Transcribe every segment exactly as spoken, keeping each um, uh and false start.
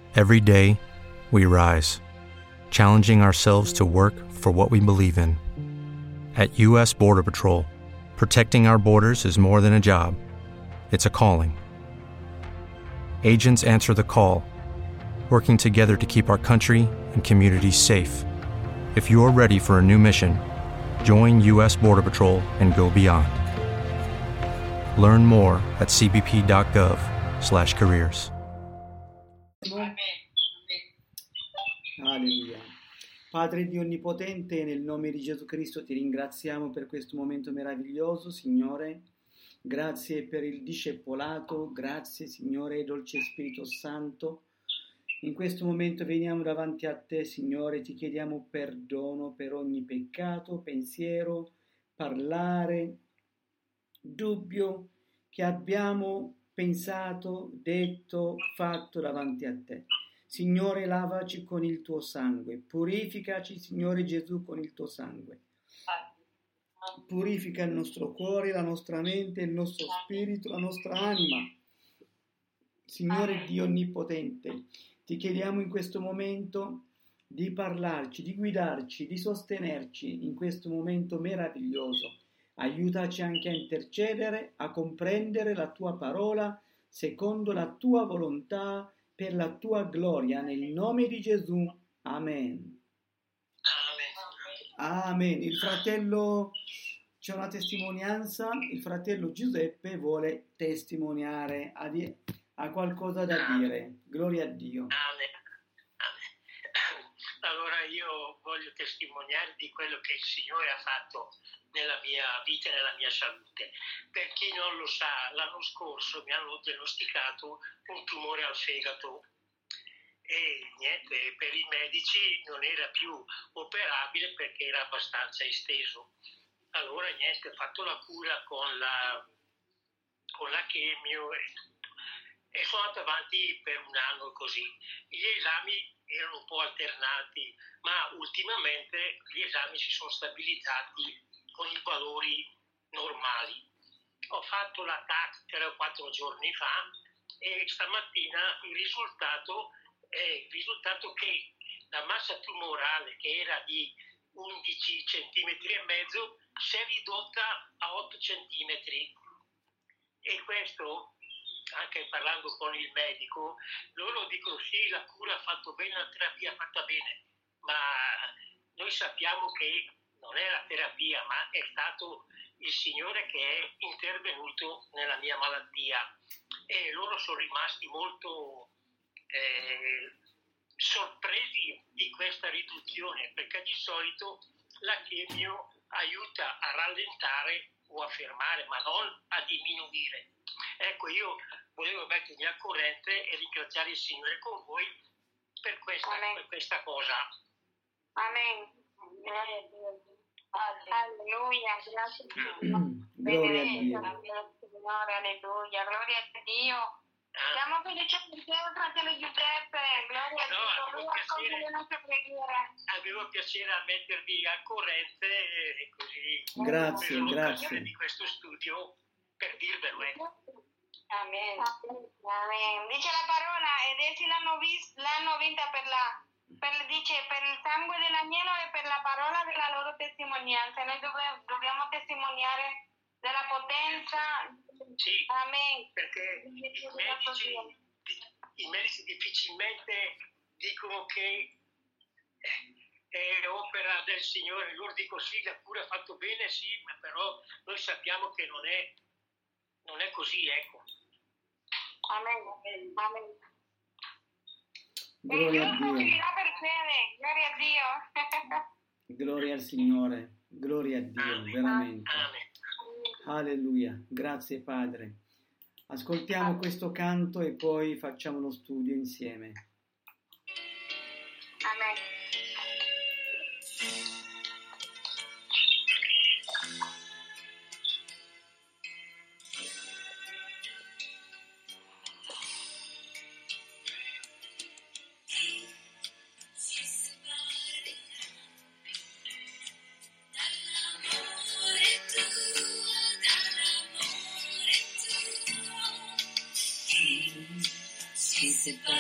Every day, we rise, challenging ourselves to work for what we believe in. At U S Border Patrol, protecting our borders is more than a job. It's a calling. Agents answer the call, working together to keep our country and communities safe. If you're ready for a new mission, join U S Border Patrol and go beyond. Learn more at c b p dot gov slash careers. Alleluia. Padre Dio Onnipotente, nel nome di Gesù Cristo ti ringraziamo per questo momento meraviglioso, Signore. Grazie per il discepolato, grazie, Signore, dolce Spirito Santo. In questo momento veniamo davanti a te, Signore, ti chiediamo perdono per ogni peccato, pensiero, parlare, dubbio che abbiamo pensato, detto, fatto davanti a te. Signore, lavaci con il tuo sangue, purificaci, Signore Gesù, con il tuo sangue. Purifica il nostro cuore, la nostra mente, il nostro spirito, la nostra anima. Signore Dio Onnipotente, ti chiediamo in questo momento di parlarci, di guidarci, di sostenerci in questo momento meraviglioso. Aiutaci anche a intercedere, a comprendere la tua parola secondo la tua volontà, per la tua gloria, nel nome di Gesù. Amen. Amen. Amen. Il fratello, c'è una testimonianza, il fratello Giuseppe vuole testimoniare, ha, di, ha qualcosa da Amen. dire. Gloria a Dio. Amen. Amen. Allora io voglio testimoniare di quello che il Signore ha fatto nella mia vita e nella mia salute. Per chi non lo sa, l'anno scorso mi hanno diagnosticato un tumore al fegato e niente, per i medici non era più operabile perché era abbastanza esteso. Allora niente, ho fatto la cura con la, con la chemio e tutto. E sono andato avanti per un anno così. Gli esami erano un po' alternati, ma ultimamente gli esami si sono stabilizzati con i valori normali. Ho fatto la T A C tre o quattro giorni fa e stamattina il risultato è il risultato che la massa tumorale, che era di undici centimetri e mezzo, si è ridotta a otto centimetri. E questo, anche parlando con il medico, loro dicono sì, la cura ha fatto bene, la terapia ha fatta bene, ma noi sappiamo che non è la terapia, ma è stato il Signore che è intervenuto nella mia malattia. E loro sono rimasti molto eh, sorpresi di questa riduzione, perché di solito la chemio aiuta a rallentare o a fermare, ma non a diminuire. Ecco, io volevo mettermi al corrente e ringraziare il Signore con voi per questa, per questa cosa. Amen. Alleluia, grazie a Dio. Gloria a Dio. Signore, alleluia, gloria a Dio. Siamo felici per te, fratello Giuseppe, gloria a no, Dio, lui accoglie le nostre preghiere. Avevo piacere a mettervi al corrente e così grazie, ho preso grazie. l'occasione di questo studio per dirvelo. Eh. Amen. Amen. Dice la parola, ed essi l'hanno, vis- l'hanno vinta per la Per, dice per il sangue dell'agnello e per la parola della loro testimonianza. Noi dove, dobbiamo testimoniare della potenza. Sì, Amen. perché i medici, i medici difficilmente dicono che è opera del Signore. Loro dicono sì, la cura ha fatto bene, sì, ma però noi sappiamo che non è, non è così, ecco. Amen. Amen. Gloria a Dio. Gloria a Dio. Gloria al Signore. Gloria a Dio, Amen. veramente. Amen. Alleluia. Grazie Padre. Ascoltiamo questo canto e poi facciamo lo studio insieme. Amen. Ci separerà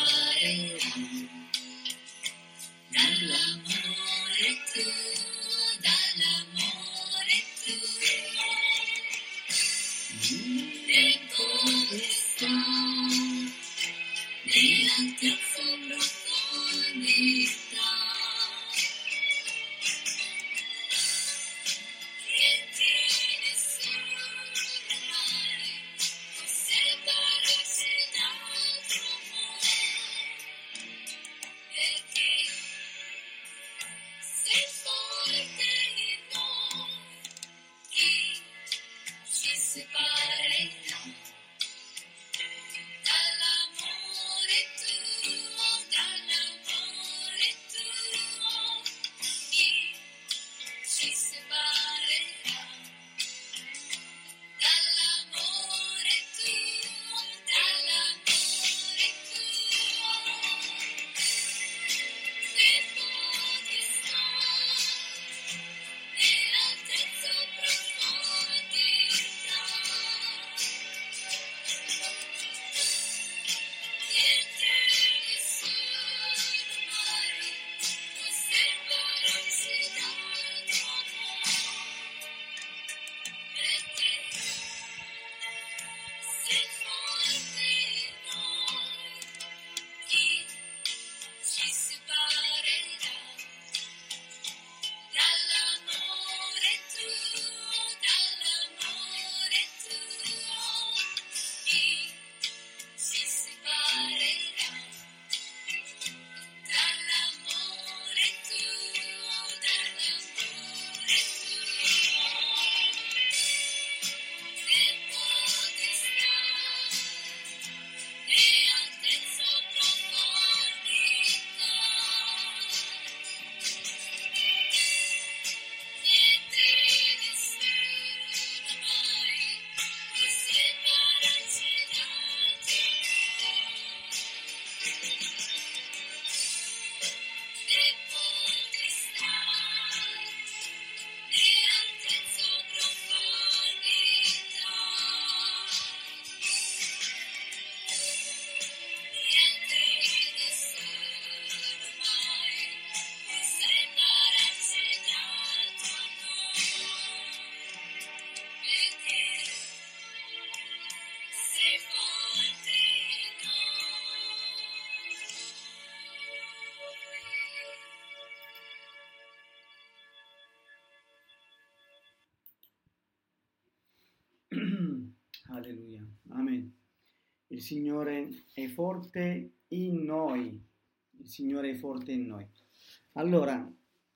Alleluia, amen. Il Signore è forte in noi, il Signore è forte in noi. Allora,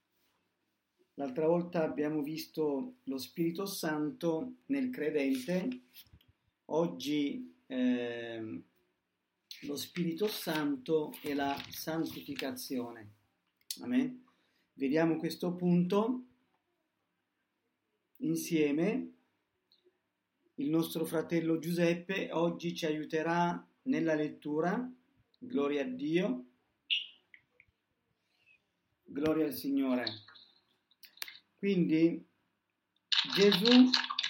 l'altra volta abbiamo visto lo Spirito Santo nel credente, oggi eh, lo Spirito Santo e la santificazione. Amen. Vediamo questo punto insieme. Il nostro fratello Giuseppe oggi ci aiuterà nella lettura. Gloria a Dio. Gloria al Signore. Quindi Gesù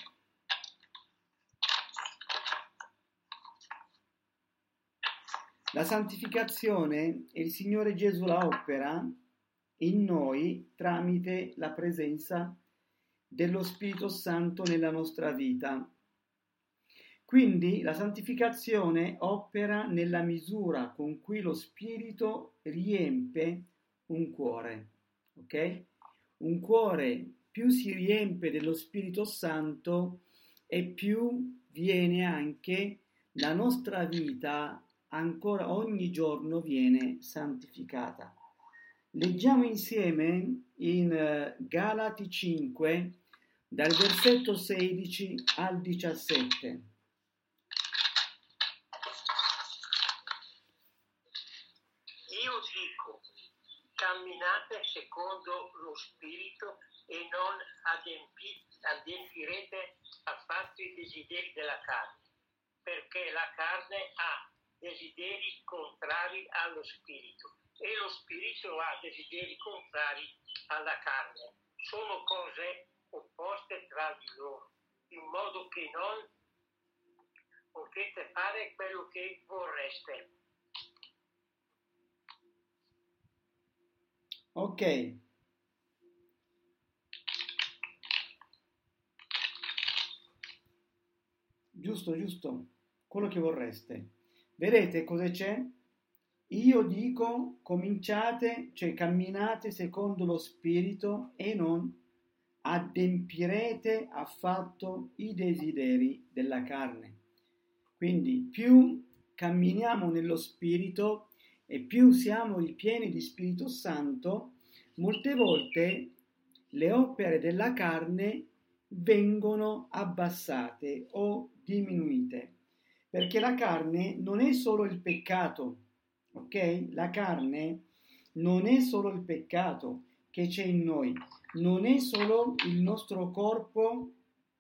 la santificazione il Signore Gesù la opera in noi tramite la presenza dello Spirito Santo nella nostra vita. Quindi la santificazione opera nella misura con cui lo Spirito riempie un cuore, ok? Un cuore più si riempie dello Spirito Santo e più viene anche la nostra vita, ancora ogni giorno viene santificata. Leggiamo insieme in Galati cinque, dal versetto sedici al diciassette. Io dico, camminate secondo lo Spirito e non adempi, adempirete affatto i desideri della carne, perché la carne ha desideri contrari allo Spirito e lo Spirito ha desideri contrari alla carne. Sono cose opposte tra di loro, in modo che non potete fare quello che vorreste. Ok. Giusto, giusto. Quello che vorreste. Vedete cosa c'è? Io dico, cominciate, cioè camminate secondo lo Spirito e non adempirete affatto i desideri della carne. Quindi più camminiamo nello Spirito e più siamo ripieni di Spirito Santo, molte volte le opere della carne vengono abbassate o diminuite, perché la carne non è solo il peccato, ok? La carne non è solo il peccato che c'è in noi, non è solo il nostro corpo,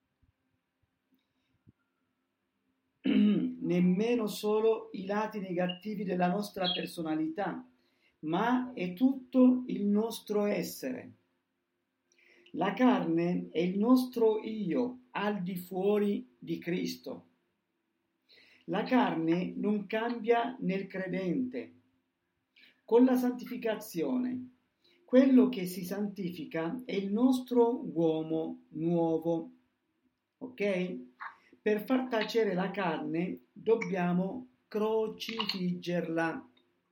nemmeno solo i lati negativi della nostra personalità, ma è tutto il nostro essere. La carne è il nostro io al di fuori di Cristo. La carne non cambia nel credente. Con la santificazione, quello che si santifica è il nostro uomo nuovo. Ok? Per far tacere la carne dobbiamo crocifiggerla.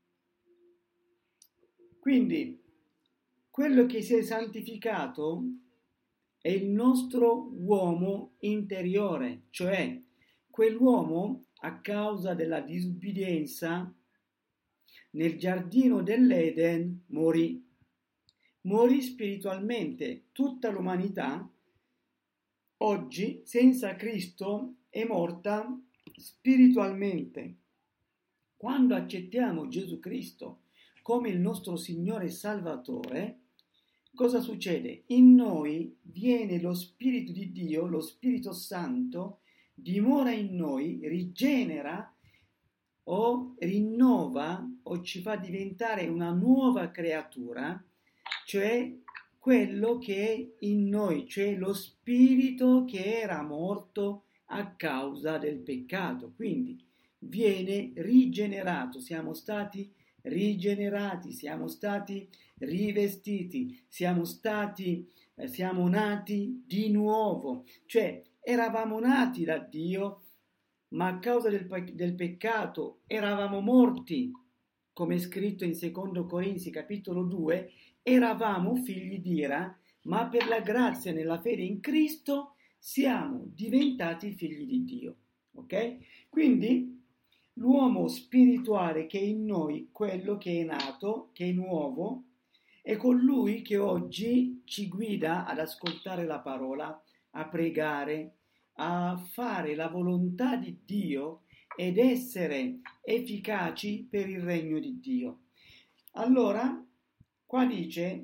Quindi, quello che si è santificato è il nostro uomo interiore, cioè quell'uomo a causa della disubbidienza nel giardino dell'Eden morì. Morì spiritualmente. Tutta l'umanità oggi senza Cristo è morta spiritualmente. Quando accettiamo Gesù Cristo come il nostro Signore e Salvatore, cosa succede? In noi viene lo Spirito di Dio, lo Spirito Santo, dimora in noi, rigenera o rinnova o ci fa diventare una nuova creatura, cioè quello che è in noi, cioè lo spirito che era morto a causa del peccato. Quindi viene rigenerato, siamo stati rigenerati, siamo stati rivestiti, siamo stati, eh, siamo nati di nuovo, cioè eravamo nati da Dio, ma a causa del, pe- del peccato eravamo morti, come è scritto in secondo Corinzi capitolo due, eravamo figli d'ira, ma per la grazia nella fede in Cristo siamo diventati figli di Dio. Ok? Quindi l'uomo spirituale che è in noi, quello che è nato, che è nuovo, è colui che oggi ci guida ad ascoltare la parola, a pregare, a fare la volontà di Dio ed essere efficaci per il regno di Dio. Allora, qua dice,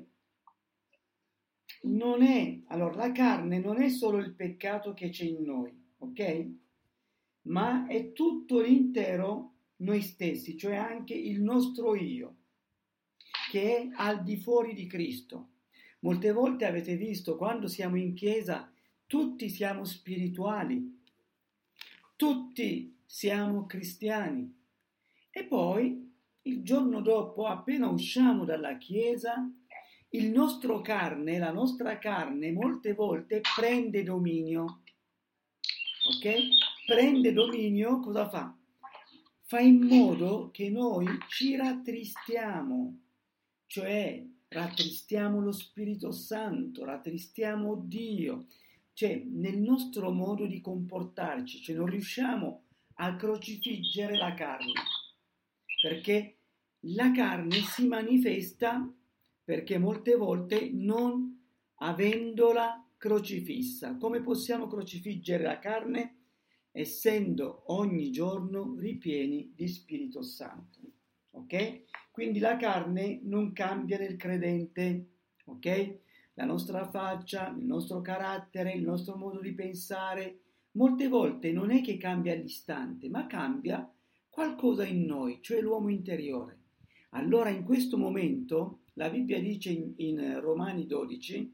non è, allora la carne non è solo il peccato che c'è in noi, ok? Ma è tutto l'intero noi stessi, cioè anche il nostro io, che è al di fuori di Cristo. Molte volte avete visto, quando siamo in chiesa, tutti siamo spirituali, tutti siamo cristiani. E poi, il giorno dopo, appena usciamo dalla chiesa, il nostro carne, la nostra carne, molte volte prende dominio. Ok? Prende dominio, cosa fa? Fa in modo che noi ci rattristiamo, cioè rattristiamo lo Spirito Santo, rattristiamo Dio, cioè nel nostro modo di comportarci, cioè non riusciamo a crocifiggere la carne, perché la carne si manifesta perché molte volte non avendola crocifissa. Come possiamo crocifiggere la carne? Essendo ogni giorno ripieni di Spirito Santo. Ok? Quindi la carne non cambia nel credente, ok? La nostra faccia, il nostro carattere, il nostro modo di pensare, molte volte non è che cambia all'istante, ma cambia qualcosa in noi, cioè l'uomo interiore. Allora in questo momento la Bibbia dice in, in Romani dodici,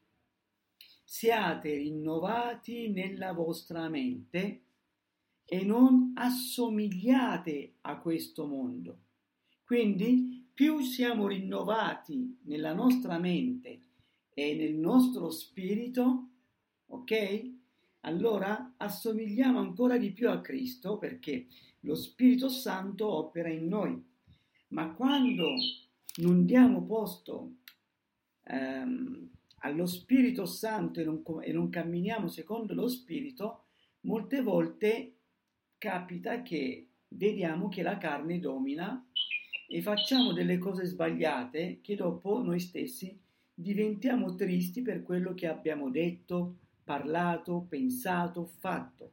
siate rinnovati nella vostra mente e non assomigliate a questo mondo. Quindi più siamo rinnovati nella nostra mente e nel nostro spirito, ok? Allora assomigliamo ancora di più a Cristo, perché lo Spirito Santo opera in noi. Ma quando non diamo posto ehm, allo Spirito Santo e non, e non camminiamo secondo lo Spirito, molte volte capita che vediamo che la carne domina e facciamo delle cose sbagliate che dopo noi stessi diventiamo tristi per quello che abbiamo detto, parlato, pensato, fatto.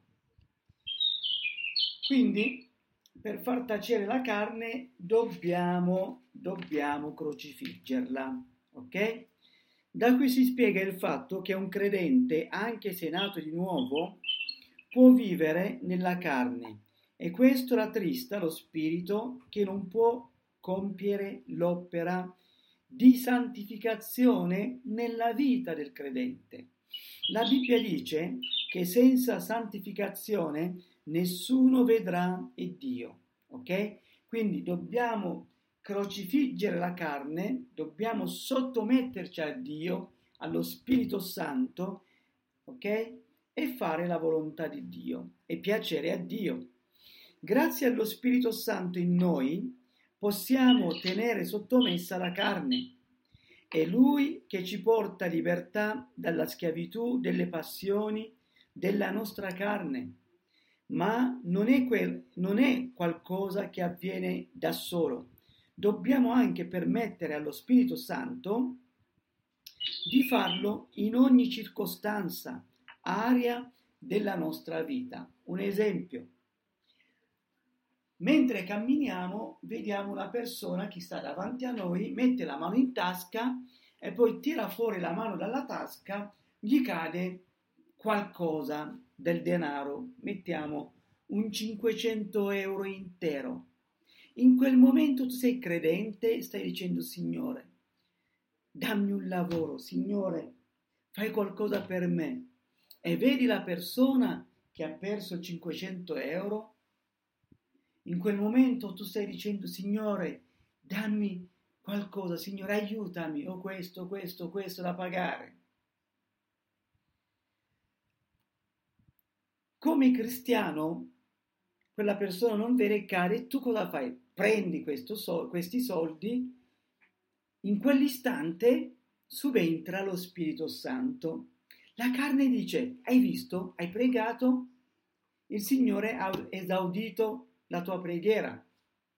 Quindi, per far tacere la carne, dobbiamo, dobbiamo crocifiggerla, ok? Da qui si spiega il fatto che un credente, anche se nato di nuovo, può vivere nella carne, e questo rattrista lo spirito che non può compiere l'opera di santificazione nella vita del credente. La Bibbia dice che senza santificazione nessuno vedrà il Dio, ok? Quindi dobbiamo crocifiggere la carne, dobbiamo sottometterci a Dio, allo Spirito Santo, ok? E fare la volontà di Dio e piacere a Dio. Grazie allo Spirito Santo in noi possiamo tenere sottomessa la carne. È Lui che ci porta libertà dalla schiavitù delle passioni della nostra carne, ma non è, quel, non è qualcosa che avviene da solo. Dobbiamo anche permettere allo Spirito Santo di farlo in ogni circostanza, area della nostra vita. Un esempio: mentre camminiamo vediamo una persona che sta davanti a noi, mette la mano in tasca e poi tira fuori la mano dalla tasca, gli cade qualcosa del denaro, mettiamo un cinquecento euro intero. In quel momento tu sei credente e stai dicendo: Signore, dammi un lavoro, Signore, fai qualcosa per me. E vedi la persona che ha perso cinquecento euro. In quel momento tu stai dicendo: Signore, dammi qualcosa, Signore, aiutami, ho questo, questo, questo da pagare. Come cristiano, quella persona non vede cade, tu cosa fai? Prendi questo so- questi soldi, in quell'istante subentra lo Spirito Santo. La carne dice: hai visto? Hai pregato? Il Signore ha esaudito la tua preghiera.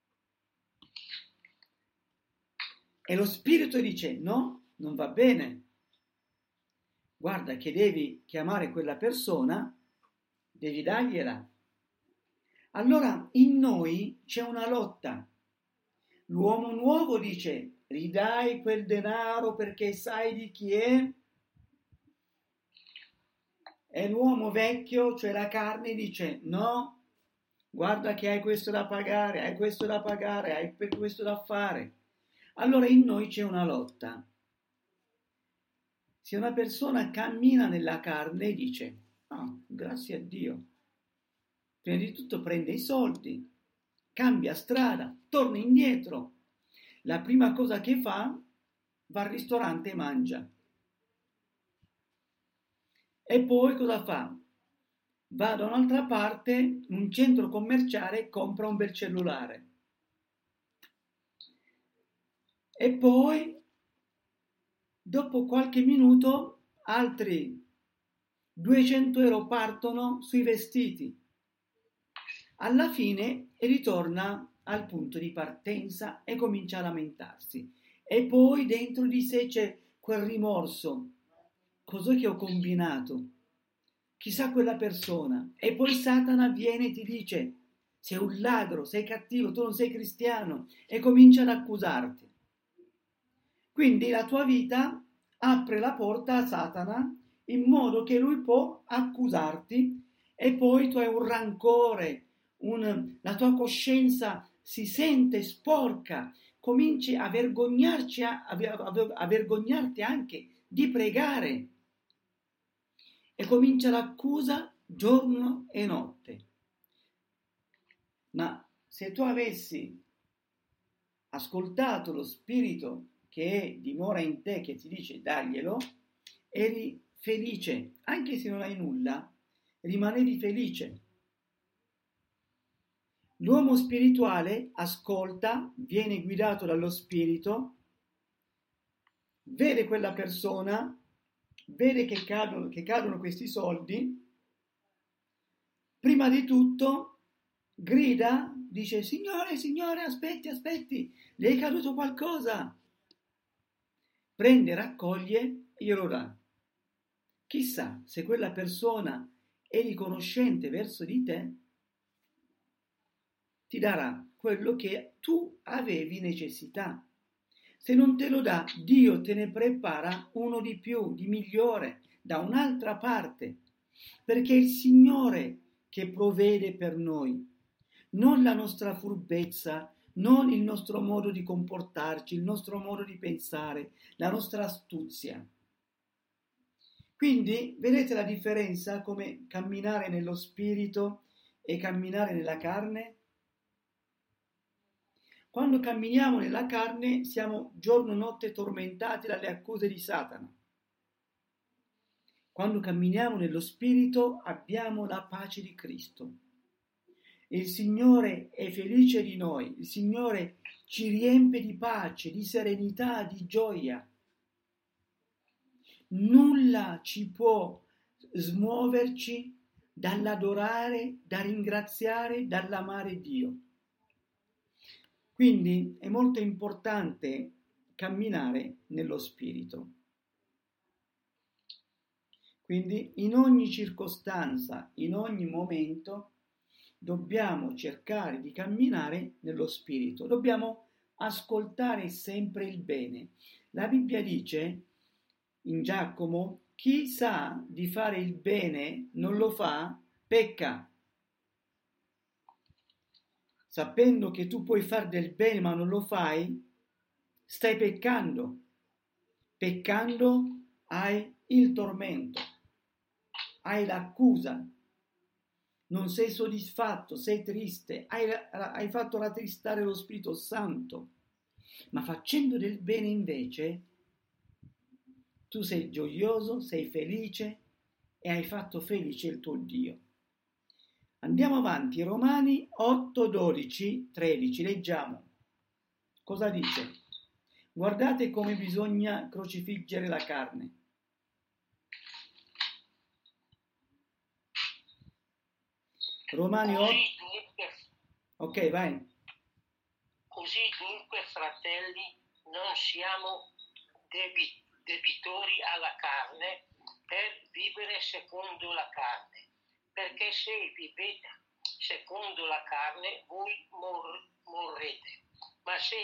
E lo Spirito dice: no, non va bene. Guarda che devi chiamare quella persona, devi dargliela. Allora in noi c'è una lotta. L'uomo nuovo dice: ridai quel denaro perché sai di chi è. E l'uomo vecchio, cioè la carne, dice: no, guarda che hai questo da pagare, hai questo da pagare, hai questo da fare. Allora in noi c'è una lotta. Se una persona cammina nella carne e dice: ah, grazie a Dio, prima di tutto prende i soldi, cambia strada, torna indietro, la prima cosa che fa, va al ristorante e mangia. E poi cosa fa? Va da un'altra parte, in un centro commerciale, e compra un bel cellulare. E poi, dopo qualche minuto, altri duecento euro partono sui vestiti. Alla fine ritorna al punto di partenza e comincia a lamentarsi. E poi dentro di sé c'è quel rimorso. Cos'è che ho combinato? Chissà quella persona. E poi Satana viene e ti dice: sei un ladro, sei cattivo, tu non sei cristiano, e comincia ad accusarti. Quindi la tua vita apre la porta a Satana in modo che lui può accusarti, e poi tu hai un rancore, un, la tua coscienza si sente sporca, cominci a vergognarci, a, a, a vergognarti anche di pregare, e comincia l'accusa giorno e notte. Ma se tu avessi ascoltato lo Spirito che dimora in te, che ti dice daglielo, eri felice, anche se non hai nulla, rimanevi felice. L'uomo spirituale ascolta, viene guidato dallo Spirito, vede quella persona, vede che cadono, che cadono questi soldi, prima di tutto grida, dice: Signore, Signore, aspetti, aspetti, le è caduto qualcosa. Prende, raccoglie e glielo dà. Chissà se quella persona è riconoscente verso di te, ti darà quello che tu avevi necessità. Se non te lo dà, Dio te ne prepara uno di più, di migliore, da un'altra parte, perché è il Signore che provvede per noi, non la nostra furbezza, non il nostro modo di comportarci, il nostro modo di pensare, la nostra astuzia. Quindi vedete la differenza come camminare nello spirito e camminare nella carne? Quando camminiamo nella carne siamo giorno e notte tormentati dalle accuse di Satana. Quando camminiamo nello spirito abbiamo la pace di Cristo. Il Signore è felice di noi, il Signore ci riempie di pace, di serenità, di gioia. Nulla ci può smuoverci dall'adorare, da ringraziare, dall'amare Dio. Quindi è molto importante camminare nello Spirito. Quindi in ogni circostanza, in ogni momento, dobbiamo cercare di camminare nello Spirito. Dobbiamo ascoltare sempre il bene. La Bibbia dice in Giacomo: chi sa di fare il bene non lo fa, pecca. Sapendo che tu puoi fare del bene ma non lo fai, stai peccando. Peccando hai il tormento, hai l'accusa, non sei soddisfatto, sei triste, hai, hai fatto rattristare lo Spirito Santo. Ma facendo del bene invece, tu sei gioioso, sei felice e hai fatto felice il tuo Dio. Andiamo avanti, Romani otto, dodici, tredici, leggiamo. Cosa dice? Guardate come bisogna crocifiggere la carne. Romani otto. Ok, vai. Così dunque, fratelli, non siamo debi- debitori alla carne per vivere secondo la carne. Perché se vivete secondo la carne, voi mor- morrete. Ma se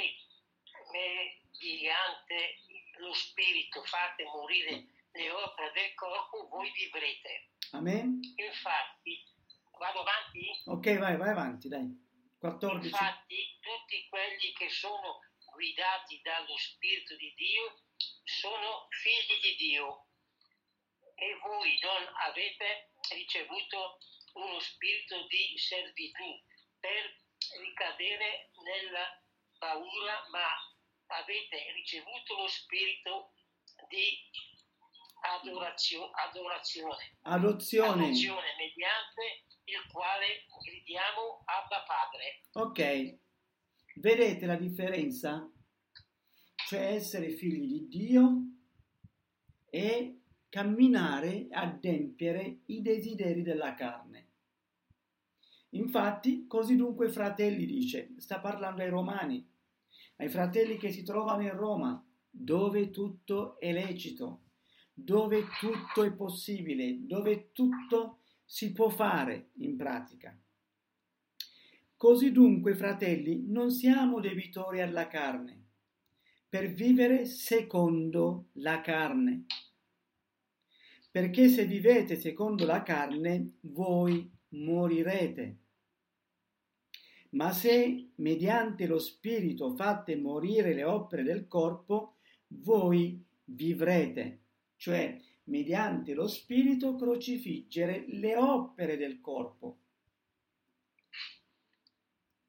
mediante lo Spirito fate morire le opere del corpo, voi vivrete. Amen. Infatti, vado avanti? Ok, vai, vai avanti, dai. quattordici. Infatti, tutti quelli che sono guidati dallo Spirito di Dio sono figli di Dio. E voi non avete ricevuto uno spirito di servitù per ricadere nella paura, ma avete ricevuto lo spirito di adorazio, adorazione, Adozione. adozione, mediante il quale gridiamo Abba Padre. Ok, vedete la differenza? Cioè essere figli di Dio e camminare, adempiere i desideri della carne. Infatti, così dunque, fratelli, dice, sta parlando ai Romani, ai fratelli che si trovano in Roma, dove tutto è lecito, dove tutto è possibile, dove tutto si può fare in pratica. Così dunque, fratelli, non siamo debitori alla carne, per vivere secondo la carne. Perché se vivete secondo la carne, voi morirete. Ma se mediante lo Spirito fate morire le opere del corpo, voi vivrete. Cioè, mediante lo Spirito crocifiggere le opere del corpo.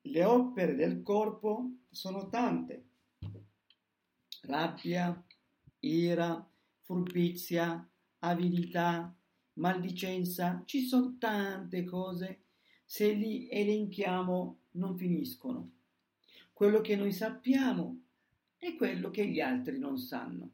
le opere del corpo sono tante: rabbia, ira, furbizia, avidità, maldicenza. Ci sono tante cose, se li elenchiamo non finiscono. Quello che noi sappiamo è quello che gli altri non sanno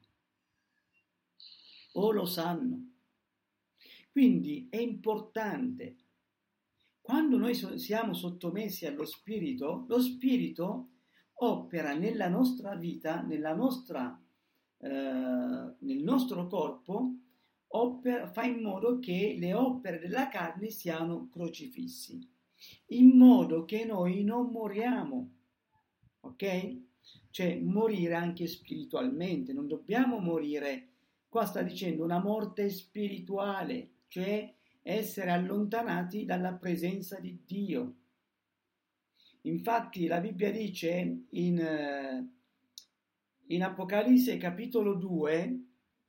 o lo sanno. Quindi è importante, quando noi siamo sottomessi allo Spirito, lo Spirito opera nella nostra vita, nella nostra, eh, nel nostro corpo, opera, fa in modo che le opere della carne siano crocifissi, in modo che noi non moriamo, ok? Cioè morire anche spiritualmente, non dobbiamo morire, qua sta dicendo una morte spirituale, cioè essere allontanati dalla presenza di Dio. Infatti la Bibbia dice in, in Apocalisse capitolo due,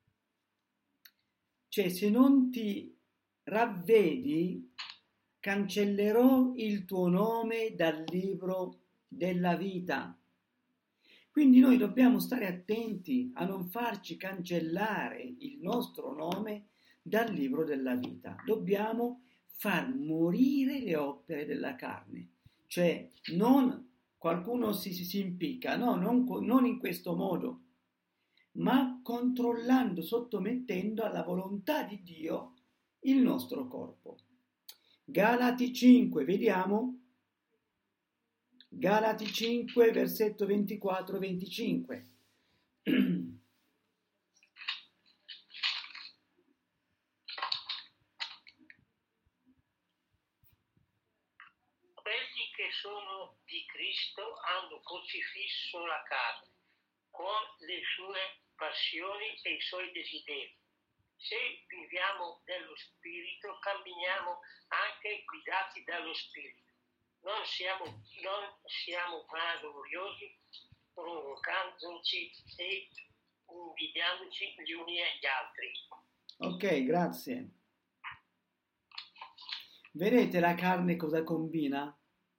cioè se non ti ravvedi cancellerò il tuo nome dal libro della vita. Quindi noi dobbiamo stare attenti a non farci cancellare il nostro nome dal libro della vita. Dobbiamo far morire le opere della carne. Cioè, non qualcuno si, si impicca, no, non, non in questo modo, ma controllando, sottomettendo alla volontà di Dio il nostro corpo. Galati cinque, vediamo. Galati cinque, versetto ventiquattro venticinque. Quelli che sono di Cristo hanno crocifisso la carne con le sue passioni e i suoi desideri. Se viviamo dello Spirito, camminiamo anche guidati dallo Spirito. Non siamo, non siamo vanagloriosi, provocandoci e invidiandoci gli uni agli altri. Ok, grazie. Vedete la carne cosa combina?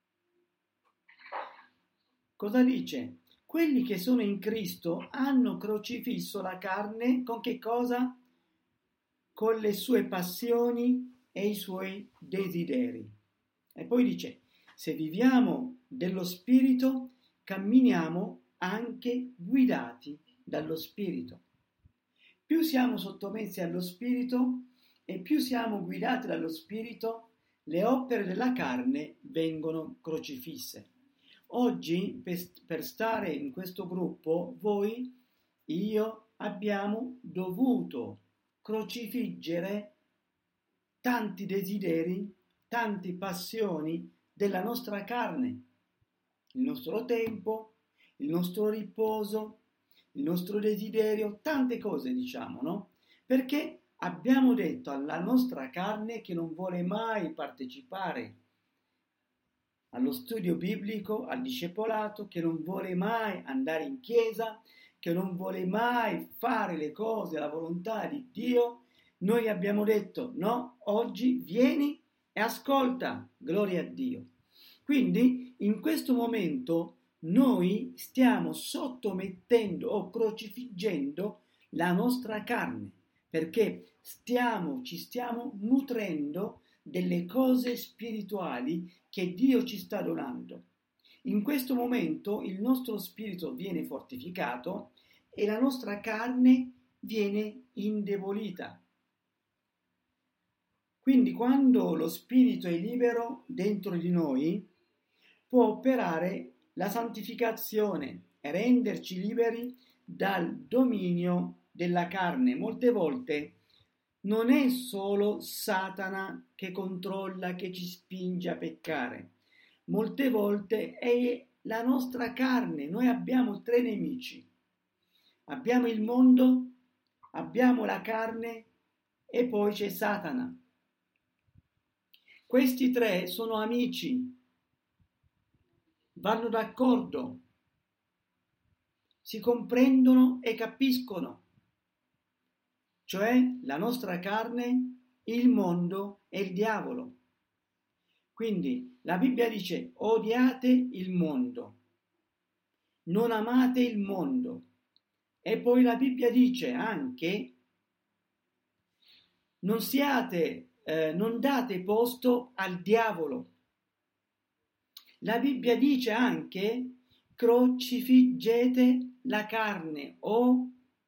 Cosa dice? Quelli che sono in Cristo hanno crocifisso la carne con che cosa? Con le sue passioni e i suoi desideri. E poi dice: se viviamo dello Spirito, camminiamo anche guidati dallo Spirito. Più siamo sottomessi allo Spirito e più siamo guidati dallo Spirito, le opere della carne vengono crocifisse. Oggi, per, per stare in questo gruppo, voi, io, abbiamo dovuto crocifiggere tanti desideri, tante passioni della nostra carne, il nostro tempo, il nostro riposo, il nostro desiderio, tante cose diciamo, no? Perché abbiamo detto alla nostra carne che non vuole mai partecipare allo studio biblico, al discepolato, che non vuole mai andare in chiesa, che non vuole mai fare le cose alla volontà di Dio. Noi abbiamo detto no, oggi vieni e ascolta, gloria a Dio. Quindi in questo momento noi stiamo sottomettendo o crocifiggendo la nostra carne, perché stiamo, ci stiamo nutrendo delle cose spirituali che Dio ci sta donando. In questo momento il nostro spirito viene fortificato e la nostra carne viene indebolita. Quindi quando lo spirito è libero dentro di noi, può operare la santificazione e renderci liberi dal dominio della carne. Molte volte non è solo Satana che controlla, che ci spinge a peccare. Molte volte è la nostra carne. Noi abbiamo tre nemici. Abbiamo il mondo, abbiamo la carne e poi c'è Satana. Questi tre sono amici, vanno d'accordo, si comprendono e capiscono. Cioè la nostra carne, il mondo e il diavolo. Quindi La Bibbia dice odiate il mondo, non amate il mondo. E poi la Bibbia dice anche non siate, eh, non date posto al diavolo. La Bibbia dice anche crocifiggete la carne o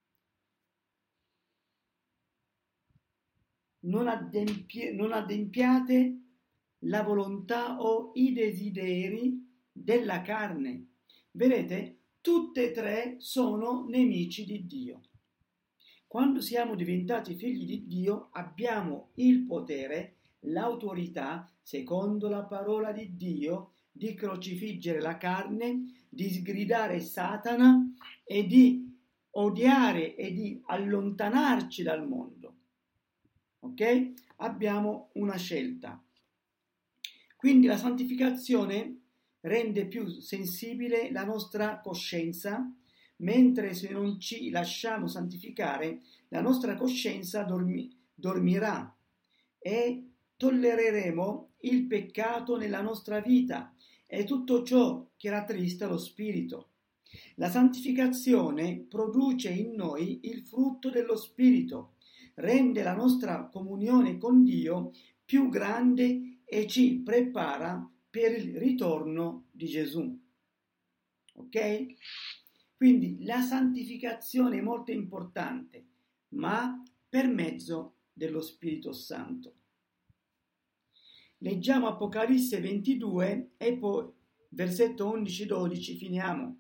non, adempi- non adempiate la volontà o i desideri della carne. Vedete, tutte e tre sono nemici di Dio. Quando siamo diventati figli di Dio abbiamo il potere, l'autorità, secondo la parola di Dio, di crocifiggere la carne, di sgridare Satana e di odiare e di allontanarci dal mondo. Ok? Abbiamo una scelta. Quindi la santificazione rende più sensibile la nostra coscienza, mentre se non ci lasciamo santificare, la nostra coscienza dormi, dormirà e tollereremo il peccato nella nostra vita e tutto ciò che rattrista lo spirito. La santificazione produce in noi il frutto dello spirito, rende la nostra comunione con Dio più grande e ci prepara per il ritorno di Gesù. Ok? Quindi la santificazione è molto importante, ma per mezzo dello Spirito Santo. Leggiamo Apocalisse ventidue e poi versetto undici dodici finiamo.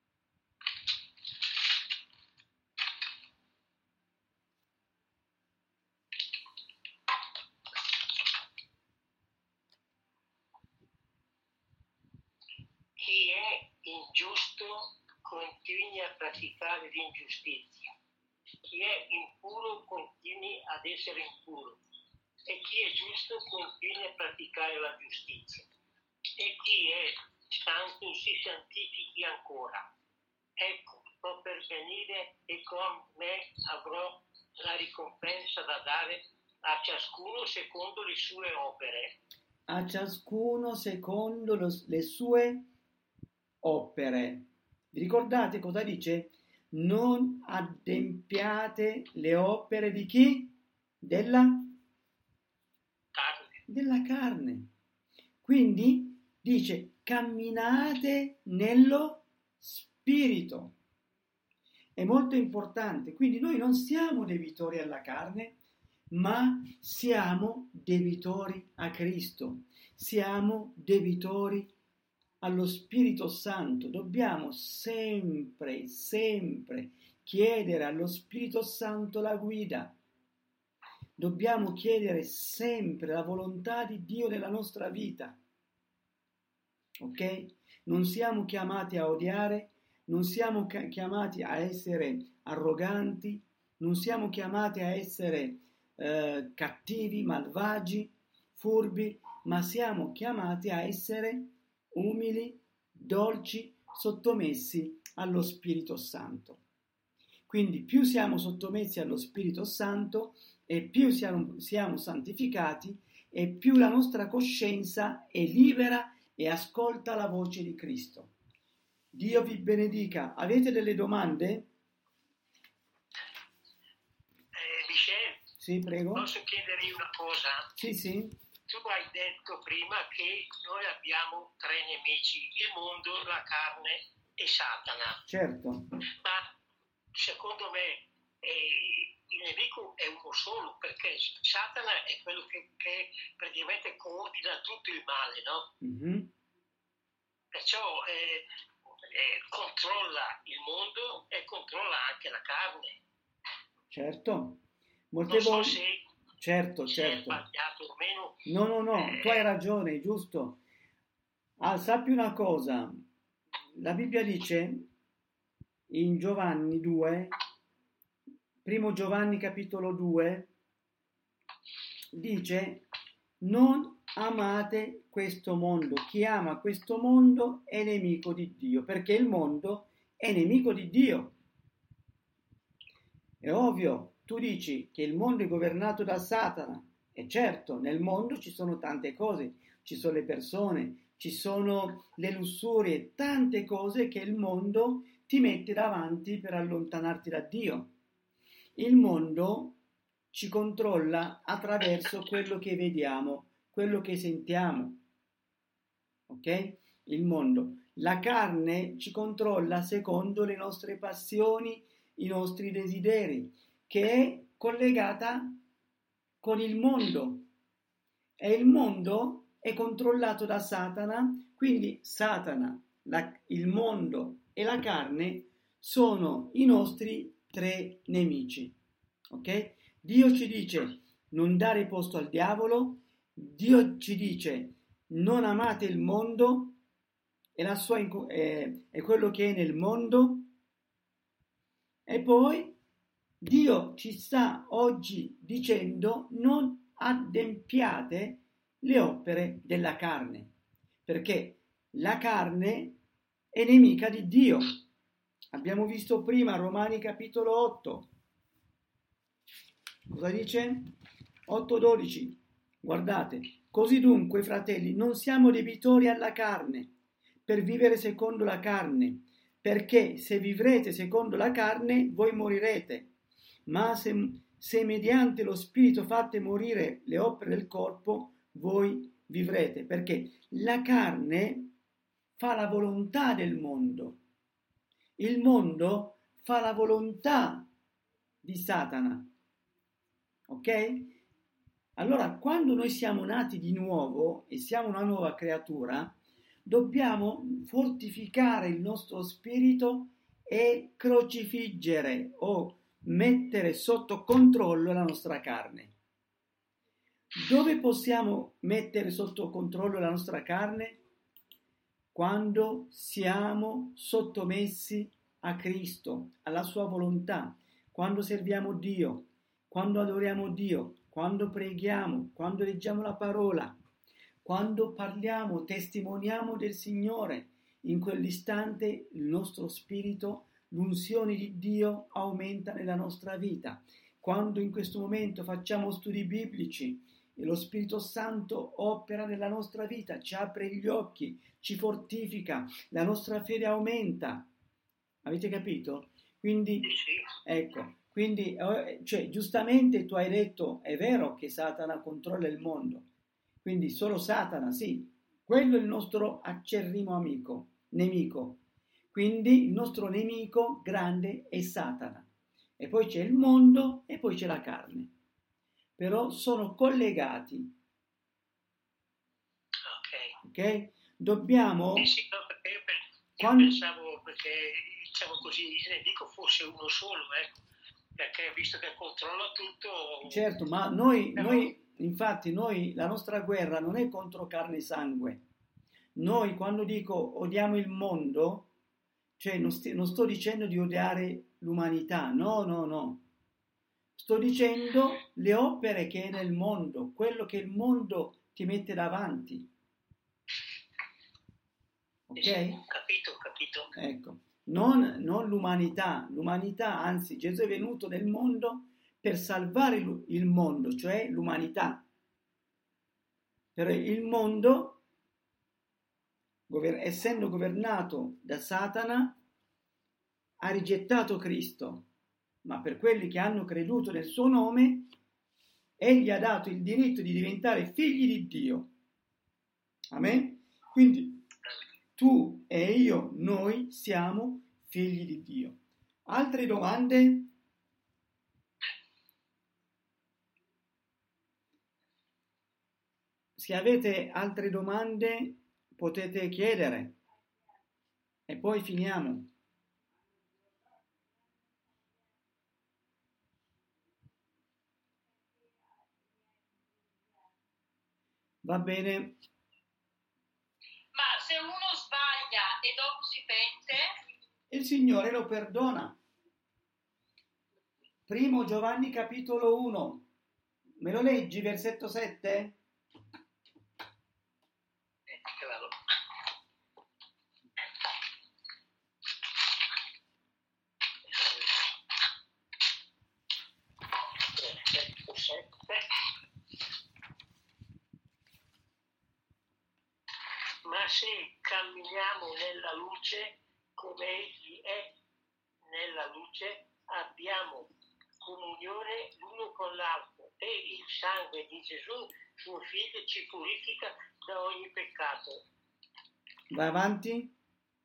Chi è ingiusto continui a praticare l'ingiustizia, chi è impuro continui ad essere impuro, e chi è giusto continui a praticare la giustizia, e chi è santo si santifichi ancora. Ecco, sto per venire e con me avrò la ricompensa da dare a ciascuno secondo le sue opere. A ciascuno secondo lo, le sue opere. Vi ricordate cosa dice? Non adempiate le opere di chi? Della Carne. Della carne. Quindi dice camminate nello spirito. È molto importante. Quindi noi non siamo debitori alla carne, ma siamo debitori a Cristo. Siamo debitori allo Spirito Santo. Dobbiamo sempre, sempre chiedere allo Spirito Santo la guida. Dobbiamo chiedere sempre la volontà di Dio nella nostra vita. Ok? Non siamo chiamati a odiare, non siamo chiamati a essere arroganti, non siamo chiamati a essere eh, cattivi, malvagi, furbi, ma siamo chiamati a essere umili, dolci, sottomessi allo Spirito Santo. Quindi più siamo sottomessi allo Spirito Santo e più siamo, siamo santificati e più la nostra coscienza è libera e ascolta la voce di Cristo. Dio vi benedica. Avete delle domande? Eh, Michel? Sì, prego. Posso chiedergli una cosa? Sì, sì. Tu hai detto prima che noi abbiamo tre nemici, il mondo, la carne e Satana. Certo. Ma secondo me eh, il nemico è uno solo, perché Satana è quello che, che praticamente coordina tutto il male, no? Mm-hmm. Perciò eh, eh, controlla il mondo e controlla anche la carne. Certo. Molte non so volte... se, certo, se certo. è sbagliato o meno. No, no, no, eh, tu hai ragione, giusto. Ah, sappi una cosa. La Bibbia dice in Giovanni due, primo Giovanni capitolo due, dice non amate questo mondo. Chi ama questo mondo è nemico di Dio, perché il mondo è nemico di Dio. È ovvio, tu dici che il mondo è governato da Satana, e certo, nel mondo ci sono tante cose. ci sono le persone, ci sono le lussurie, tante cose che il mondo ti mette davanti per allontanarti da Dio. Il mondo ci controlla attraverso quello che vediamo, quello che sentiamo. Ok? Il mondo. La carne ci controlla secondo le nostre passioni, i nostri desideri, che è collegata con il mondo. E il mondo è controllato da Satana, quindi Satana, la, il mondo e la carne sono i nostri tre nemici. Ok? Dio ci dice non dare posto al diavolo, Dio ci dice non amate il mondo e la sua eh, è quello che è nel mondo, e poi Dio ci sta oggi dicendo non adempiate le opere della carne, perché la carne è nemica di Dio. Abbiamo visto prima Romani capitolo otto. Cosa dice? otto dodici. Guardate, così dunque, fratelli, non siamo debitori alla carne per vivere secondo la carne, perché se vivrete secondo la carne voi morirete, ma se, se mediante lo Spirito fate morire le opere del corpo, voi vivrete, perché la carne fa la volontà del mondo, il mondo fa la volontà di Satana. Ok? Allora, quando noi siamo nati di nuovo e siamo una nuova creatura, dobbiamo fortificare il nostro spirito e crocifiggere o mettere sotto controllo la nostra carne. Dove possiamo mettere sotto controllo la nostra carne? Quando siamo sottomessi a Cristo, alla sua volontà, quando serviamo Dio, quando adoriamo Dio, quando preghiamo, quando leggiamo la parola, quando parliamo, testimoniamo del Signore. In quell'istante il nostro spirito, l'unzione di Dio aumenta nella nostra vita. Quando in questo momento facciamo studi biblici e lo Spirito Santo opera nella nostra vita, ci apre gli occhi, ci fortifica, la nostra fede aumenta. Avete capito? Quindi, ecco, quindi, cioè, giustamente tu hai detto, è vero che Satana controlla il mondo, quindi solo Satana, sì, quello è il nostro acerrimo amico, nemico. Quindi il nostro nemico grande è Satana. E poi c'è il mondo e poi c'è la carne. Però sono collegati. Ok. Ok? Dobbiamo... Eh sì, no, perché io, per, io quando... pensavo, perché diciamo così, il nemico fosse uno solo, ecco, perché visto che controlla tutto... Certo, ma noi, però... noi, infatti, noi, la nostra guerra non è contro carne e sangue. Noi, quando dico odiamo il mondo, cioè non, st- non sto dicendo di odiare l'umanità, no, no, no. Sto dicendo le opere che è nel mondo, quello che il mondo ti mette davanti. Ok? Sì, ho capito, ho capito. Ecco, non, non l'umanità. L'umanità, anzi, Gesù è venuto nel mondo per salvare il mondo, cioè l'umanità. Per il mondo, gover- essendo governato da Satana, ha rigettato Cristo. Ma per quelli che hanno creduto nel suo nome, egli ha dato il diritto di diventare figli di Dio. Amen? Quindi tu e io, noi siamo figli di Dio. Altre domande? Se avete altre domande potete chiedere e poi finiamo. Va bene. Ma se uno sbaglia e dopo si pente? Il Signore lo perdona. Primo Giovanni capitolo uno. Me lo leggi, versetto sette? se camminiamo nella luce come Egli è nella luce, abbiamo comunione l'uno con l'altro e il sangue di Gesù, suo figlio, ci purifica da ogni peccato. Vai avanti.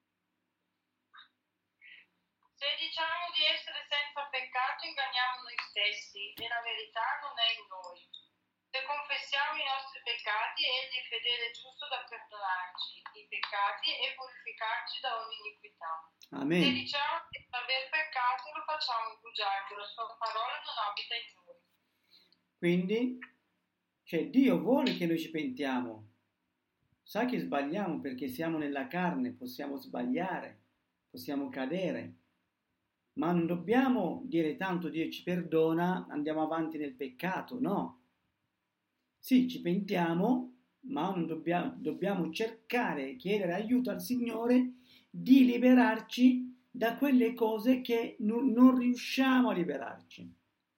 Se diciamo di essere senza peccato, inganniamo noi stessi e la verità non è in noi. Se confessiamo i nostri peccati, Egli è fedele e giusto da perdonarci i peccati e purificarci da ogni iniquità. Amen. Se diciamo di non aver peccato, lo facciamo bugiardo, la sua parola non abita in noi. Quindi, cioè, Dio vuole che noi ci pentiamo. Sa che sbagliamo perché siamo nella carne, possiamo sbagliare, possiamo cadere. Ma non dobbiamo dire tanto Dio ci perdona, andiamo avanti nel peccato, no. Sì, ci pentiamo, ma non dobbiamo, dobbiamo cercare, chiedere aiuto al Signore di liberarci da quelle cose che non, non riusciamo a liberarci.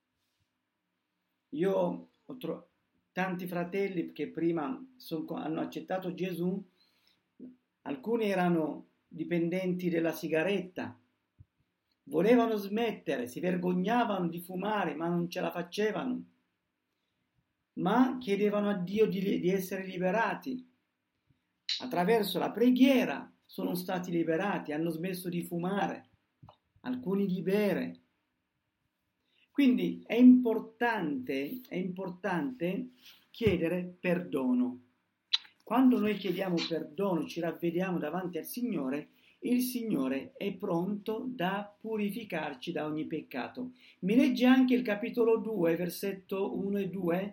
Io ho tro- tanti fratelli che prima son, hanno accettato Gesù, alcuni erano dipendenti della sigaretta, volevano smettere, si vergognavano di fumare, ma non ce la facevano. Ma chiedevano a Dio di, di essere liberati. Attraverso la preghiera sono stati liberati, hanno smesso di fumare, alcuni di bere. Quindi è importante, è importante chiedere perdono. Quando noi chiediamo perdono, ci ravvediamo davanti al Signore, il Signore è pronto da purificarci da ogni peccato. Mi legge anche il capitolo due, versetto uno e due?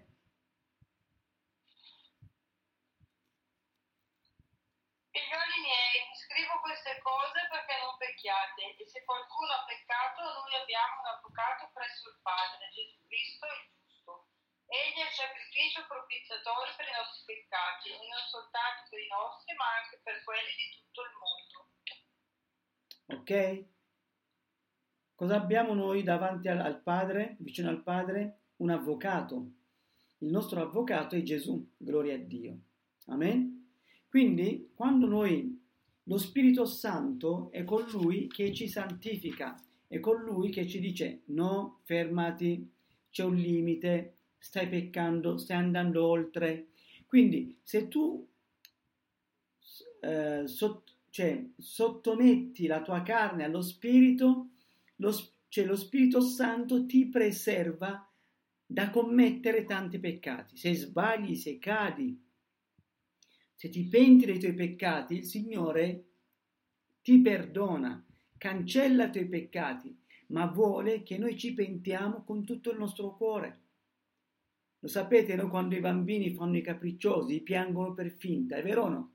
Figlioli miei, vi scrivo queste cose perché non pecchiate, e se qualcuno ha peccato, noi abbiamo un avvocato presso il Padre, Gesù Cristo il giusto. Egli è il sacrificio propiziatorio per i nostri peccati, e non soltanto per i nostri, ma anche per quelli di tutto il mondo. Ok? Cosa abbiamo noi davanti al, al Padre, vicino al Padre? Un avvocato. Il nostro avvocato è Gesù, gloria a Dio. Amen? Quindi, quando noi, lo Spirito Santo è colui che ci santifica, è colui che ci dice no, fermati, c'è un limite, stai peccando, stai andando oltre. Quindi, se tu eh, sotto cioè sottometti la tua carne allo Spirito, lo, cioè lo Spirito Santo ti preserva da commettere tanti peccati. Se sbagli, se cadi, se ti penti dei tuoi peccati, il Signore ti perdona, cancella i tuoi peccati, ma vuole che noi ci pentiamo con tutto il nostro cuore. Lo sapete, no? Quando i bambini fanno i capricciosi, piangono per finta, è vero o no?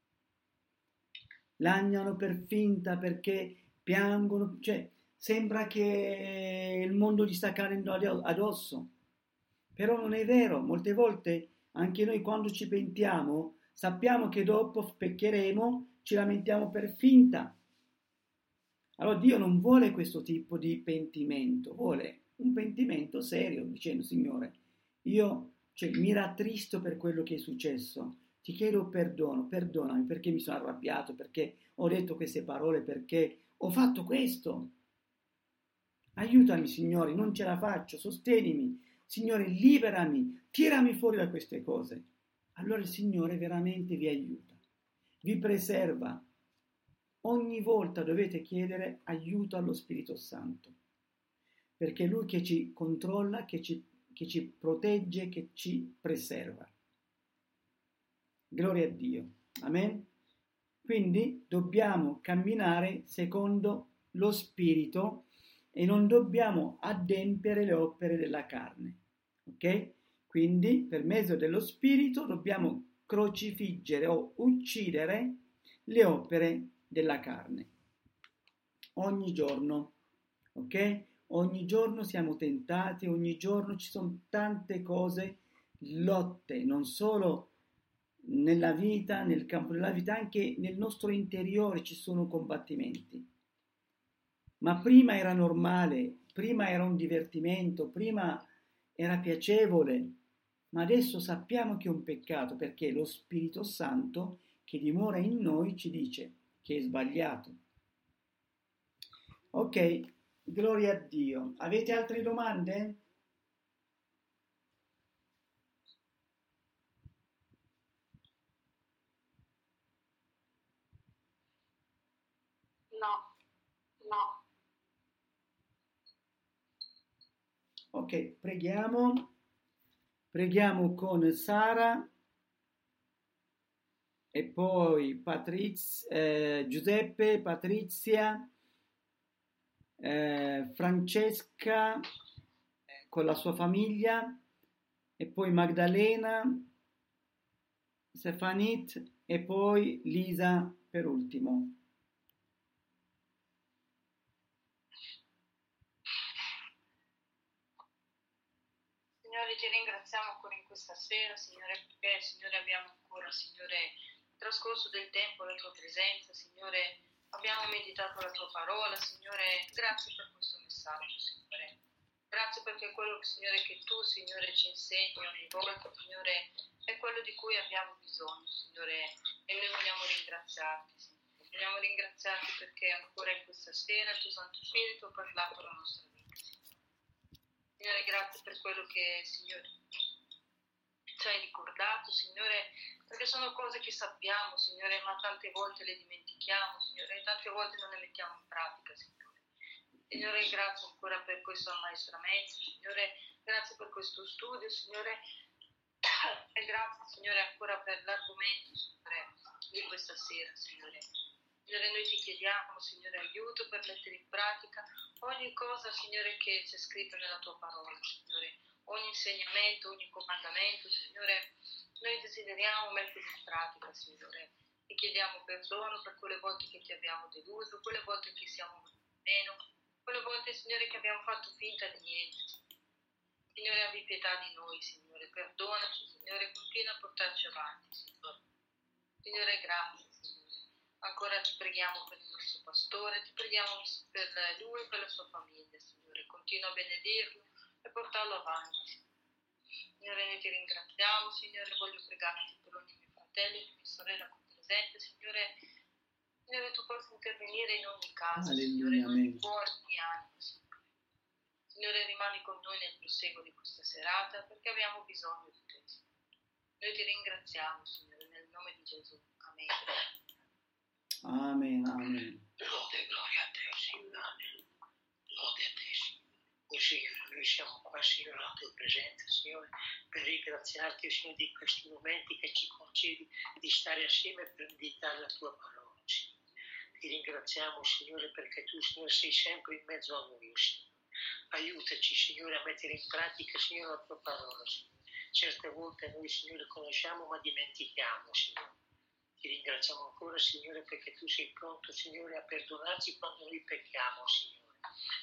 Lagnano per finta perché piangono, cioè sembra che il mondo gli sta cadendo addosso, però non è vero. Molte volte anche noi quando ci pentiamo sappiamo che dopo peccheremo, ci lamentiamo per finta. Allora Dio non vuole questo tipo di pentimento, vuole un pentimento serio, dicendo Signore, io cioè, mi rattristo per quello che è successo, ti chiedo perdono, perdonami perché mi sono arrabbiato, perché ho detto queste parole, perché ho fatto questo. Aiutami, Signore, non ce la faccio, sostenimi. Signore, liberami, tirami fuori da queste cose. Allora il Signore veramente vi aiuta, vi preserva. Ogni volta dovete chiedere aiuto allo Spirito Santo, perché è Lui che ci controlla, che ci, che ci protegge, che ci preserva. Gloria a Dio. Amen. Quindi dobbiamo camminare secondo lo Spirito e non dobbiamo adempiere le opere della carne. Ok? Quindi per mezzo dello Spirito dobbiamo crocifiggere o uccidere le opere della carne. Ogni giorno. Ok? Ogni giorno siamo tentati, ogni giorno ci sono tante cose, lotte, non solo nella vita, nel campo della vita, anche nel nostro interiore ci sono combattimenti. Ma prima era normale, prima era un divertimento, prima era piacevole, ma adesso sappiamo che è un peccato perché lo Spirito Santo che dimora in noi ci dice che è sbagliato. Ok, gloria a Dio. Avete altre domande? No, no. Ok, preghiamo. Preghiamo con Sara e poi Patriz, eh, Giuseppe, Patrizia, eh, Francesca eh, con la sua famiglia e poi Magdalena, Stefanit e poi Lisa per ultimo. Signore, ti ringraziamo ancora in questa sera, Signore, perché, Signore, abbiamo ancora, Signore, trascorso del tempo alla tua presenza, Signore, abbiamo meditato la tua parola, Signore, grazie per questo messaggio, Signore. Grazie perché quello, Signore, che tu, Signore, ci insegni ogni volta, Signore, è quello di cui abbiamo bisogno, Signore, e noi vogliamo ringraziarti, Signore. Vogliamo ringraziarti perché ancora in questa sera il tuo Santo Spirito ha parlato la nostra vita. Signore, grazie per quello che, Signore, ci hai ricordato, Signore, perché sono cose che sappiamo, Signore, ma tante volte le dimentichiamo, Signore, e tante volte non le mettiamo in pratica, Signore. Signore, grazie ancora per questo ammaestramento, Signore, grazie per questo studio, Signore, e grazie, Signore, ancora per l'argomento, Signore, di questa sera, Signore. Signore, noi ti chiediamo, Signore, aiuto per mettere in pratica ogni cosa, Signore, che c'è scritto nella tua parola, Signore. Ogni insegnamento, ogni comandamento, Signore, noi desideriamo mettere in pratica, Signore. Ti chiediamo perdono per quelle volte che ti abbiamo deluso, quelle volte che siamo meno, quelle volte, Signore, che abbiamo fatto finta di niente. Signore, abbi pietà di noi, Signore, perdonaci, Signore, continua a portarci avanti, Signore. Signore, grazie, Signore. Ancora ti preghiamo per il nostro pastore, ti preghiamo per lui e per la sua famiglia, Signore. Continua a benedirlo e portarlo avanti. Signore, noi ti ringraziamo, Signore, voglio pregarti per ogni mio fratello e ogni mia sorella qui presente, Signore. Signore, tu possa intervenire in ogni caso, Signore, in ogni cuore, in ogni anima, Signore. Signore, rimani con noi nel proseguo di questa serata perché abbiamo bisogno di te, Signore. Noi ti ringraziamo, Signore, nel nome di Gesù. Amen. Amen, amen. Lode e gloria a te, Signore. Lode a te, Signore. Oh, Signore, noi siamo qua, Signore, alla tua presenza, Signore, per ringraziarti, Signore, di questi momenti che ci concedi di stare assieme per meditare la tua parola, Signore. Ti ringraziamo, Signore, perché tu, Signore, sei sempre in mezzo a noi, Signore. Aiutaci, Signore, a mettere in pratica, Signore, la tua parola, Signore. Certe volte noi, Signore, conosciamo ma dimentichiamo, Signore. Ti ringraziamo ancora, Signore, perché tu sei pronto, Signore, a perdonarci quando noi pecchiamo, Signore.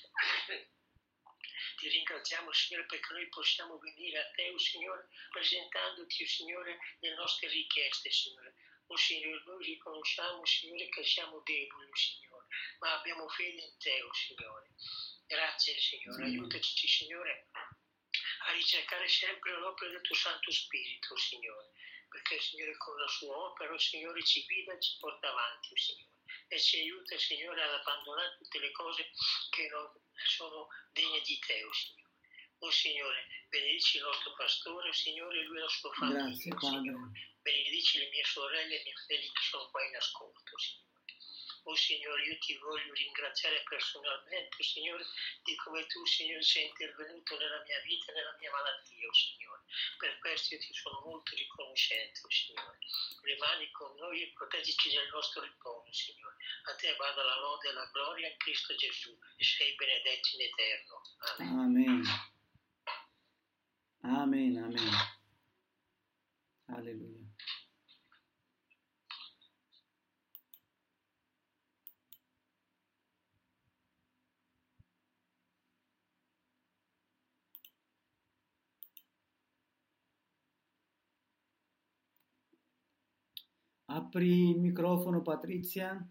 Ti ringraziamo, Signore, perché noi possiamo venire a te, oh Signore, presentandoti, oh Signore, le nostre richieste, Signore. Oh Signore, noi riconosciamo, Signore, che siamo deboli, oh Signore, ma abbiamo fede in te, oh Signore. Grazie, Signore. Aiutaci, Signore, a ricercare sempre l'opera del tuo Santo Spirito, oh Signore. Perché, Signore, con la sua opera, oh Signore, ci guida e ci porta avanti, oh Signore. E ci aiuta, Signore, ad abbandonare tutte le cose che non sono degne di te, oh Signore. Oh Signore, benedici il nostro pastore, oh Signore, lui e la sua famiglia. Grazie, oh Padre. Signore. Benedici le mie sorelle e i miei fratelli che sono qua in ascolto, Signore. Oh Signore, io ti voglio ringraziare personalmente, Signore, di come tu, Signore, sei intervenuto nella mia vita e nella mia malattia, oh Signore. Per questo io ti sono molto riconoscente, oh Signore. Rimani con noi e proteggici nel nostro riposo, Signore. A te vada la lode e la gloria in Cristo Gesù e sei benedetto in eterno. Amen. Amen. Amen, amen. Alleluia. Apri il microfono, Patrizia.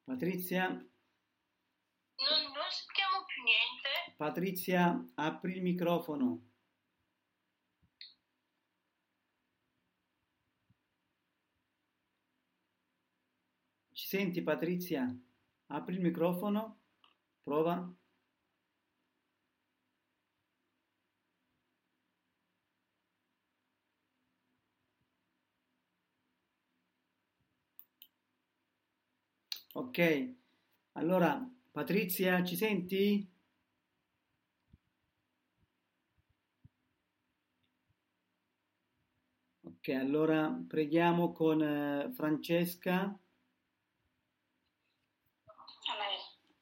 Patrizia? Non, non sentiamo più niente. Patrizia, apri il microfono. Ci senti, Patrizia? Apri il microfono. Prova. Ok, allora Patrizia, ci senti? Ok, allora preghiamo con eh, Francesca. Amen.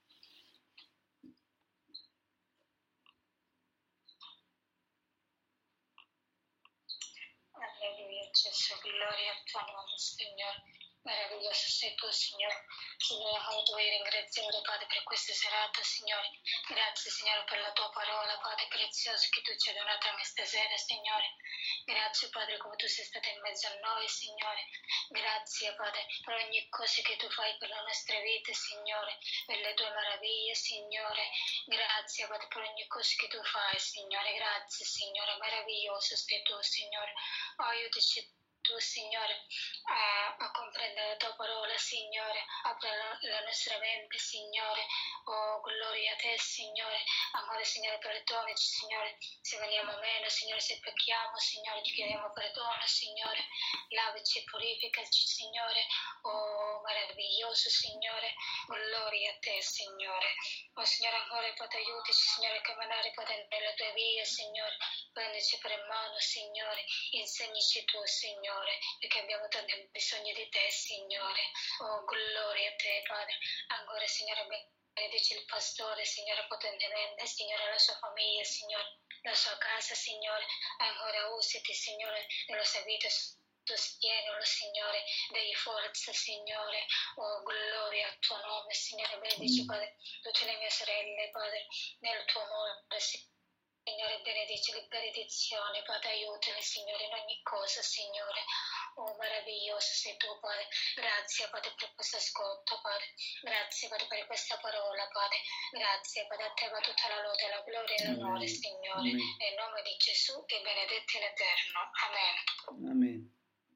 Alleluia, Gesù, gloria al tuo nome, Signore. Meraviglioso sei tu, Signore. Signore, come ti voglio ringraziare, Padre, per questa serata, Signore. Grazie, Signore, per la tua parola, Padre prezioso, che tu ci hai donato a me stasera, Signore. Grazie, Padre, come tu sei stato in mezzo a noi, Signore. Grazie, Padre, per ogni cosa che tu fai per la nostra vita, Signore, per le tue meraviglie, Signore. Grazie, Padre, per ogni cosa che tu fai, Signore. Grazie, Signore, meraviglioso sei tu, Signore. Aiutaci tu, Signore, a, a comprendere la tua parola, Signore. Apri la, la nostra mente, Signore. Oh, gloria a te, Signore. Amore, Signore, perdonici, Signore, se veniamo meno, Signore, se pecchiamo, Signore, ti chiediamo perdono, Signore. Lavaci e purificaci, Signore. Oh, meraviglioso, Signore. Gloria a te, Signore. Oh, Signore, amore, Padre, aiutaci, Signore, a camminare, Padre, nelle tue vie, Signore. Prendici per mano, Signore. Insegnici tu, Signore, perché abbiamo tanto bisogno di te, Signore. Oh, gloria a te, Padre. Ancora, Signore, benedici il pastore, Signore, potentemente, Signore, la sua famiglia, Signore, la sua casa, Signore. Ancora usati, Signore, nella sua vita. Sostienilo, Signore, dai forza, Signore. Oh, gloria al tuo nome, Signore. Benedici, Padre, tutte le mie sorelle, Padre, nel tuo amore, Signore. Benedici le benedizioni, Padre, aiutami, Signore, in ogni cosa, Signore. Oh, meraviglioso sei tu, Padre. Grazie, Padre, per questo ascolto, Padre. Grazie, Padre, per questa parola, Padre. Grazie, Padre, a te va tutta la lode, la gloria e l'onore, Signore. Amen. Nel nome di Gesù, che benedetto in eterno. Amen. Amen.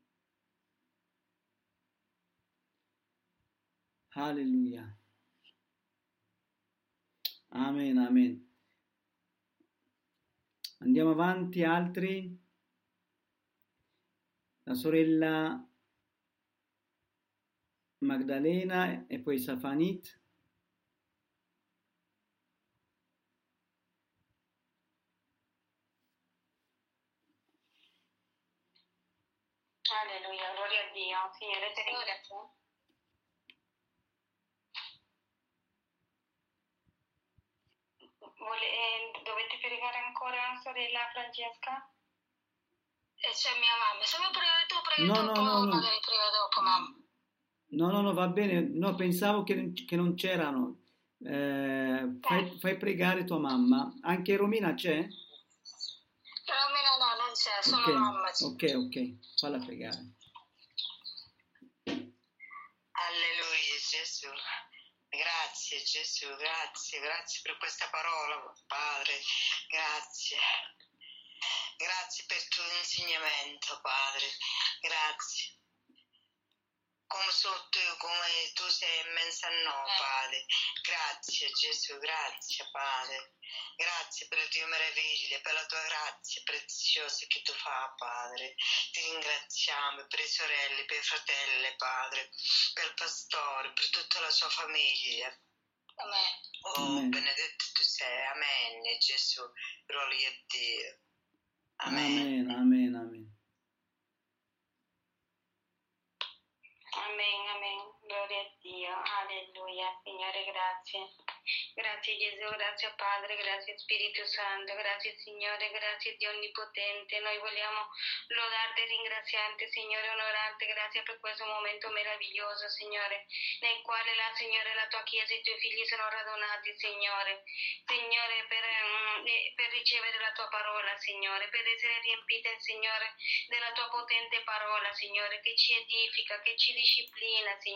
Alleluia. Amen, amen. Andiamo avanti, altri? La sorella Magdalena e poi Safanit. Alleluia, gloria a Dio. Signore, ti ringrazio. Vole- eh, dovete pregare ancora, sorella Francesca? E c'è mia mamma. Se vuoi pregare tu, prega No, dopo, no, no, no. magari prega dopo, mamma. No, no, no, va bene. No, pensavo che, che non c'erano. Eh, fai, fai pregare tua mamma. Anche Romina c'è? Romina no, non c'è, solo Ok, mamma c'è. ok, ok. Falla pregare. Alleluia Gesù, grazie Gesù, grazie, grazie per questa parola Padre, grazie, grazie per il tuo insegnamento Padre, grazie. Come sotto, come tu sei immenso a noi Padre, grazie Gesù, grazie Padre. Grazie per le tue meraviglie, per la tua grazia preziosa che tu fai, Padre. Ti ringraziamo per le sorelle, per i fratelli, Padre, per il pastore, per tutta la sua famiglia. Amen. Oh, Amen. benedetto tu sei. Amen, Gesù. Gloria a Dio. Amen. Amen, amen, amen. Amen, amen. Gloria a Dio. Alleluia. Signore, grazie. Grazie Gesù, grazie Padre, grazie Spirito Santo, grazie Signore, grazie Dio Onnipotente. Noi vogliamo lodarti e ringraziarti, Signore, onorarti, grazie per questo momento meraviglioso, Signore, nel quale la Signore, la tua Chiesa e i tuoi figli sono radunati, Signore. Signore, per, mm, per ricevere la tua parola, Signore, per essere riempite, Signore, della tua potente parola, Signore, che ci edifica, che ci disciplina, Signore.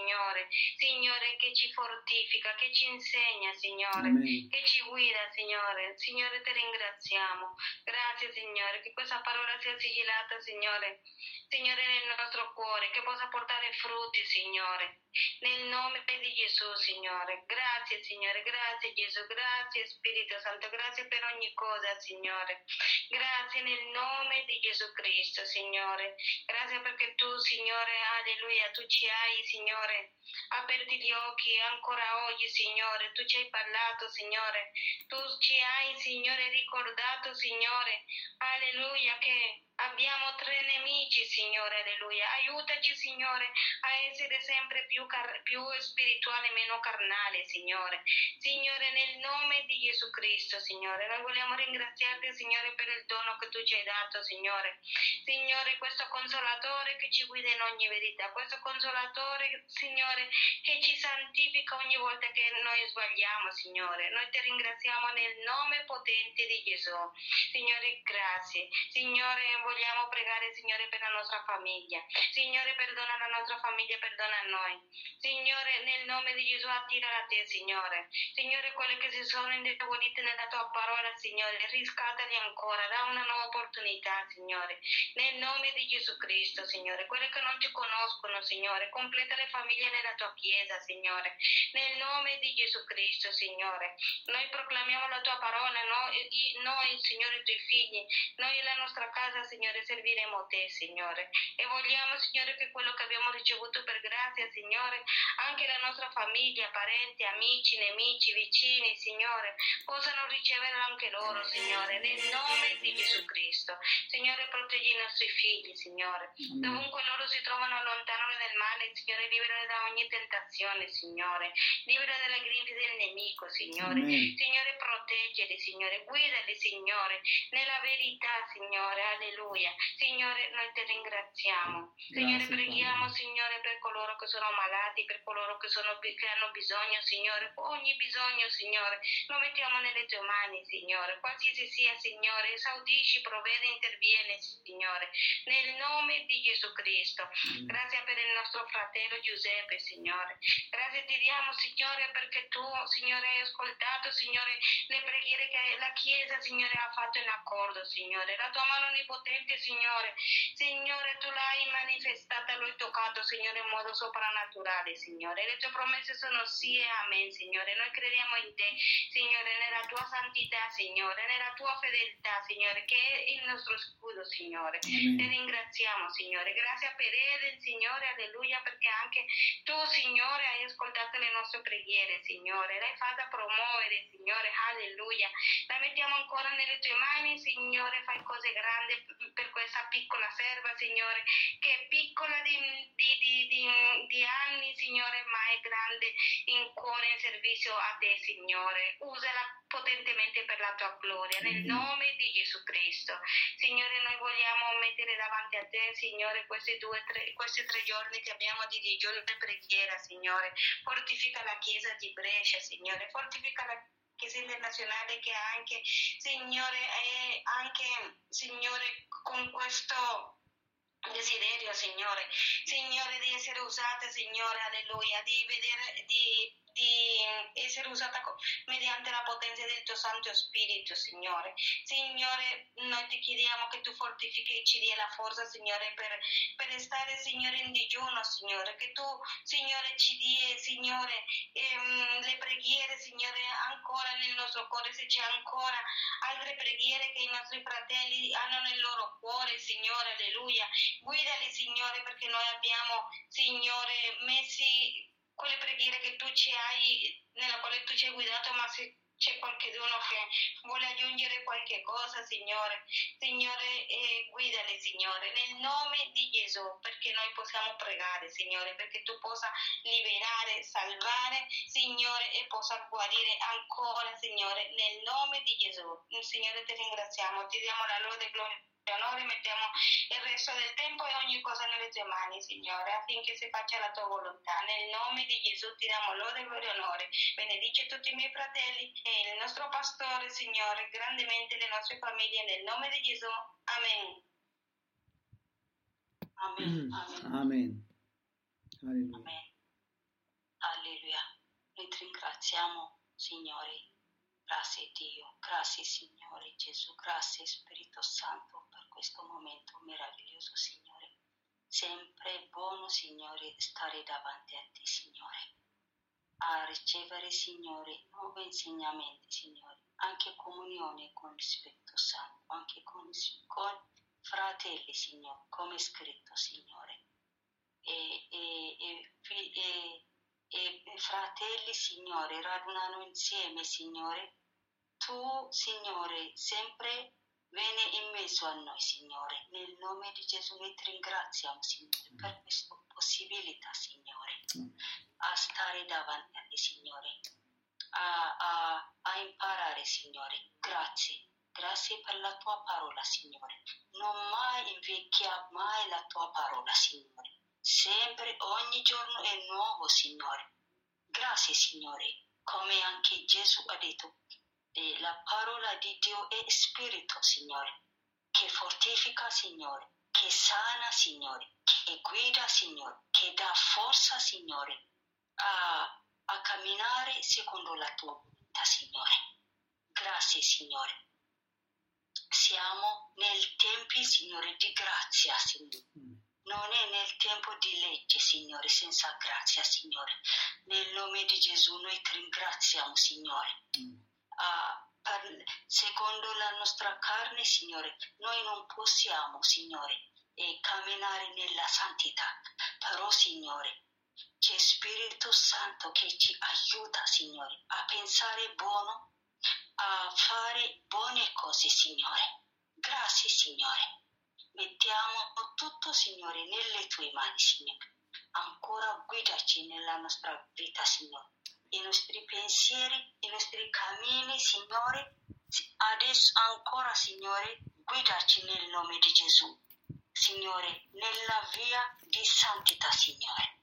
Signore, che ci fortifica, che ci insegna, Signore, Amen. che ci guida, Signore. Signore, ti ringraziamo. Grazie, Signore, che questa parola sia sigillata, Signore, Signore, nel nostro cuore, che possa portare frutti, Signore. Nel nome di Gesù, Signore. Grazie, Signore, grazie Gesù, grazie Spirito Santo, grazie per ogni cosa, Signore. Grazie nel nome di Gesù Cristo, Signore. Grazie perché tu, Signore, alleluia, tu ci hai, Signore, aperti gli occhi ancora oggi, Signore. Tu ci hai parlato, Signore. Tu ci hai, Signore, ricordato, Signore, alleluia, che abbiamo tre nemici, Signore, alleluia. Aiutaci, Signore, a essere sempre più, car- più spirituale, meno carnale, Signore. Signore, nel nome di Gesù Cristo, Signore, noi vogliamo ringraziarti, Signore, per il dono che tu ci hai dato, Signore. Signore, questo consolatore che ci guida in ogni verità, questo consolatore, Signore, che ci santifica ogni volta che noi sbagliamo, Signore. Noi ti ringraziamo nel nome potente di Gesù. Signore, grazie. Signore, vogliamo pregare, Signore, per la nostra famiglia. Signore, perdona la nostra famiglia, perdona a noi. Signore, nel nome di Gesù, attirala a te, Signore. Signore, quelle che si sono indebolite nella tua parola, Signore, riscattali ancora, da una nuova opportunità, Signore. Nel nome di Gesù Cristo, Signore. Quelle che non ti conoscono, Signore, completa le famiglie nella tua chiesa, Signore. Nel nome di Gesù Cristo, Signore. Noi proclamiamo la tua parola, noi, noi Signore, i tuoi figli, noi e la nostra casa, Signore, serviremo te, Signore. E vogliamo, Signore, che quello che abbiamo ricevuto per grazia, Signore, anche la nostra famiglia, parenti, amici, nemici, vicini, Signore, possano riceverlo anche loro, Signore, nel nome di Gesù Cristo. Signore, proteggi i nostri figli, Signore. Dovunque loro si trovano lontano dal male, Signore, liberali da ogni tentazione, Signore. Libera dalle grinfie del nemico, Signore. Amen. Signore, proteggili, Signore. Guidali, Signore, nella verità, Signore. Alleluia. Signore, noi ti ringraziamo. Signore, Grazie, preghiamo, Padre. Signore, per coloro che sono malati, per coloro che, sono, che hanno bisogno, Signore. Ogni bisogno, Signore, lo mettiamo nelle tue mani, Signore. Qualsiasi sia, Signore, esaudisci, provvede, interviene, Signore. Nel nome di Gesù Cristo. Grazie per il nostro fratello Giuseppe, Signore. Grazie ti diamo, Signore, perché tu, Signore, hai ascoltato, Signore, le preghiere che la Chiesa, Signore, ha fatto in accordo, Signore. La tua mano onnipotente, Signore. Signore, tu l'hai manifestata, l'hai toccato, Signore, in modo soprannaturale, Signore. Le tue promesse sono sì e amen, Signore. Noi crediamo in te, Signore, nella tua santità, Signore, nella tua fedeltà, Signore, che è il nostro scudo, Signore. Amen. Ti ringraziamo, Signore. Grazie per Eden, Signore, alleluia, perché anche tu, Signore, hai ascoltato le nostre preghiere, Signore. L'hai fatta promuovere, Signore, alleluia. La mettiamo ancora nelle tue mani, Signore. Fai cose grandi per questa piccola serva, Signore, che è piccola di, di, di, di, di anni, Signore, ma è grande in cuore, in servizio a te, Signore. Usala potentemente per la tua gloria, nel nome di Gesù Cristo. Signore, noi vogliamo mettere davanti a te, Signore, questi due, tre, questi tre giorni che abbiamo di digiuno per preghiera, Signore. Fortifica la Chiesa di Brescia, Signore. Fortifica la Chiesa internazionale che anche, Signore, è anche, Signore, con questo desiderio, Signore, Signore, di essere usata, Signore, alleluia, di vedere, di di essere usata mediante la potenza del tuo Santo Spirito, Signore. Signore, noi ti chiediamo che tu fortifichi e ci dia la forza, Signore, per, per stare, Signore, in digiuno, Signore, che tu, Signore, ci dia, Signore, ehm, le preghiere, Signore, ancora nel nostro cuore, se c'è ancora altre preghiere che i nostri fratelli hanno nel loro cuore, Signore, alleluia. Guidali, Signore, perché noi abbiamo, Signore, messi quelle preghiere che tu ci hai, nella quale tu ci hai guidato, ma se c'è qualcuno che vuole aggiungere qualche cosa, Signore, Signore, eh, guidali, Signore, nel nome di Gesù, perché noi possiamo pregare, Signore, perché tu possa liberare, salvare, Signore, e possa guarire ancora, Signore, nel nome di Gesù. Signore, ti ringraziamo, ti diamo la lode e gloria. Onore, mettiamo il resto del tempo e ogni cosa nelle tue mani, Signore, affinché si faccia la tua volontà. Nel nome di Gesù ti diamo lode, gloria e onore. Benedice tutti i miei fratelli e il nostro pastore, Signore, grandemente le nostre famiglie, nel nome di Gesù. Amen. Amen. Amen. Amen. Alleluia. Amen. Alleluia. Noi ti ringraziamo, Signore. Grazie Dio, grazie Signore Gesù, grazie Spirito Santo per questo momento meraviglioso, Signore. Sempre è buono, Signore, stare davanti a te, Signore. A ricevere, Signore, nuovi insegnamenti, Signore. Anche comunione con il Spirito Santo, anche con, con fratelli, Signore, come è scritto, Signore. E, e, e, e, e, e fratelli, Signore, radunano insieme, Signore. Tu, Signore, sempre vieni in mezzo a noi, Signore. Nel nome di Gesù noi ti ringraziamo, Signore, per questa possibilità, Signore, a stare davanti a te, Signore. A, a, a imparare, Signore. Grazie, grazie per la tua parola, Signore. Non mai invecchia mai la tua parola, Signore. Sempre, ogni giorno è nuovo, Signore. Grazie, Signore. Come anche Gesù ha detto, eh, la parola di Dio è spirito, Signore, che fortifica, Signore, che sana, Signore, che guida, Signore, che dà forza, Signore, a a camminare secondo la tua volontà, Signore. Grazie, Signore. Siamo nel tempo, Signore, di grazia, Signore. Non è nel tempo di legge, Signore, senza grazia, Signore. Nel nome di Gesù noi ti ringraziamo, Signore. Uh, per, secondo la nostra carne, Signore, noi non possiamo, Signore, eh, camminare nella santità. Però, Signore, c'è Spirito Santo che ci aiuta, Signore, a pensare buono, a fare buone cose, Signore. Grazie, Signore. Mettiamo tutto, Signore, nelle tue mani, Signore. Ancora guidaci nella nostra vita, Signore. I nostri pensieri, i nostri cammini, Signore. Adesso ancora, Signore, guidaci nel nome di Gesù. Signore, nella via di santità, Signore.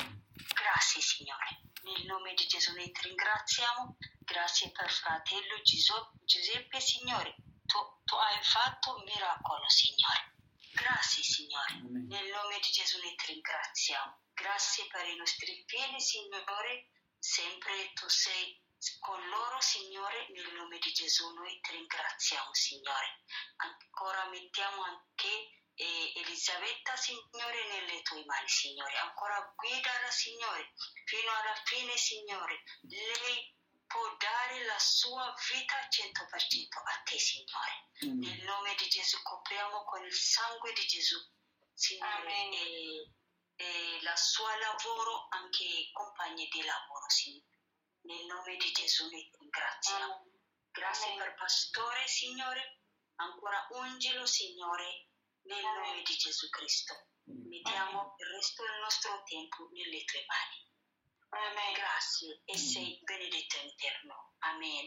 Grazie, Signore. Nel nome di Gesù noi ti ringraziamo. Grazie per fratello Giuseppe, Signore. Tu, tu hai fatto un miracolo, Signore. Grazie, Signore. Amen. Nel nome di Gesù noi ti ringraziamo. Grazie per i nostri figli, Signore. Sempre tu sei con loro, Signore. Nel nome di Gesù noi ti ringraziamo, Signore. Ancora mettiamo anche E Elisabetta, Signore, nelle tue mani, Signore. Ancora guidala, Signore, fino alla fine, Signore. Lei può dare la sua vita al cento per cento a te, Signore. Mm. Nel nome di Gesù copriamo con il sangue di Gesù, Signore, e, e la sua lavoro, anche i compagni di lavoro, Signore. Nel nome di Gesù noi ti ringraziamo. Mm. Grazie Amen. Per pastore, Signore. Ancora ungilo, Signore. Nel Amen. Nome di Gesù Cristo, mettiamo il resto del nostro tempo nelle tue mani. Amen. Grazie e sei benedetto in eterno. Amen.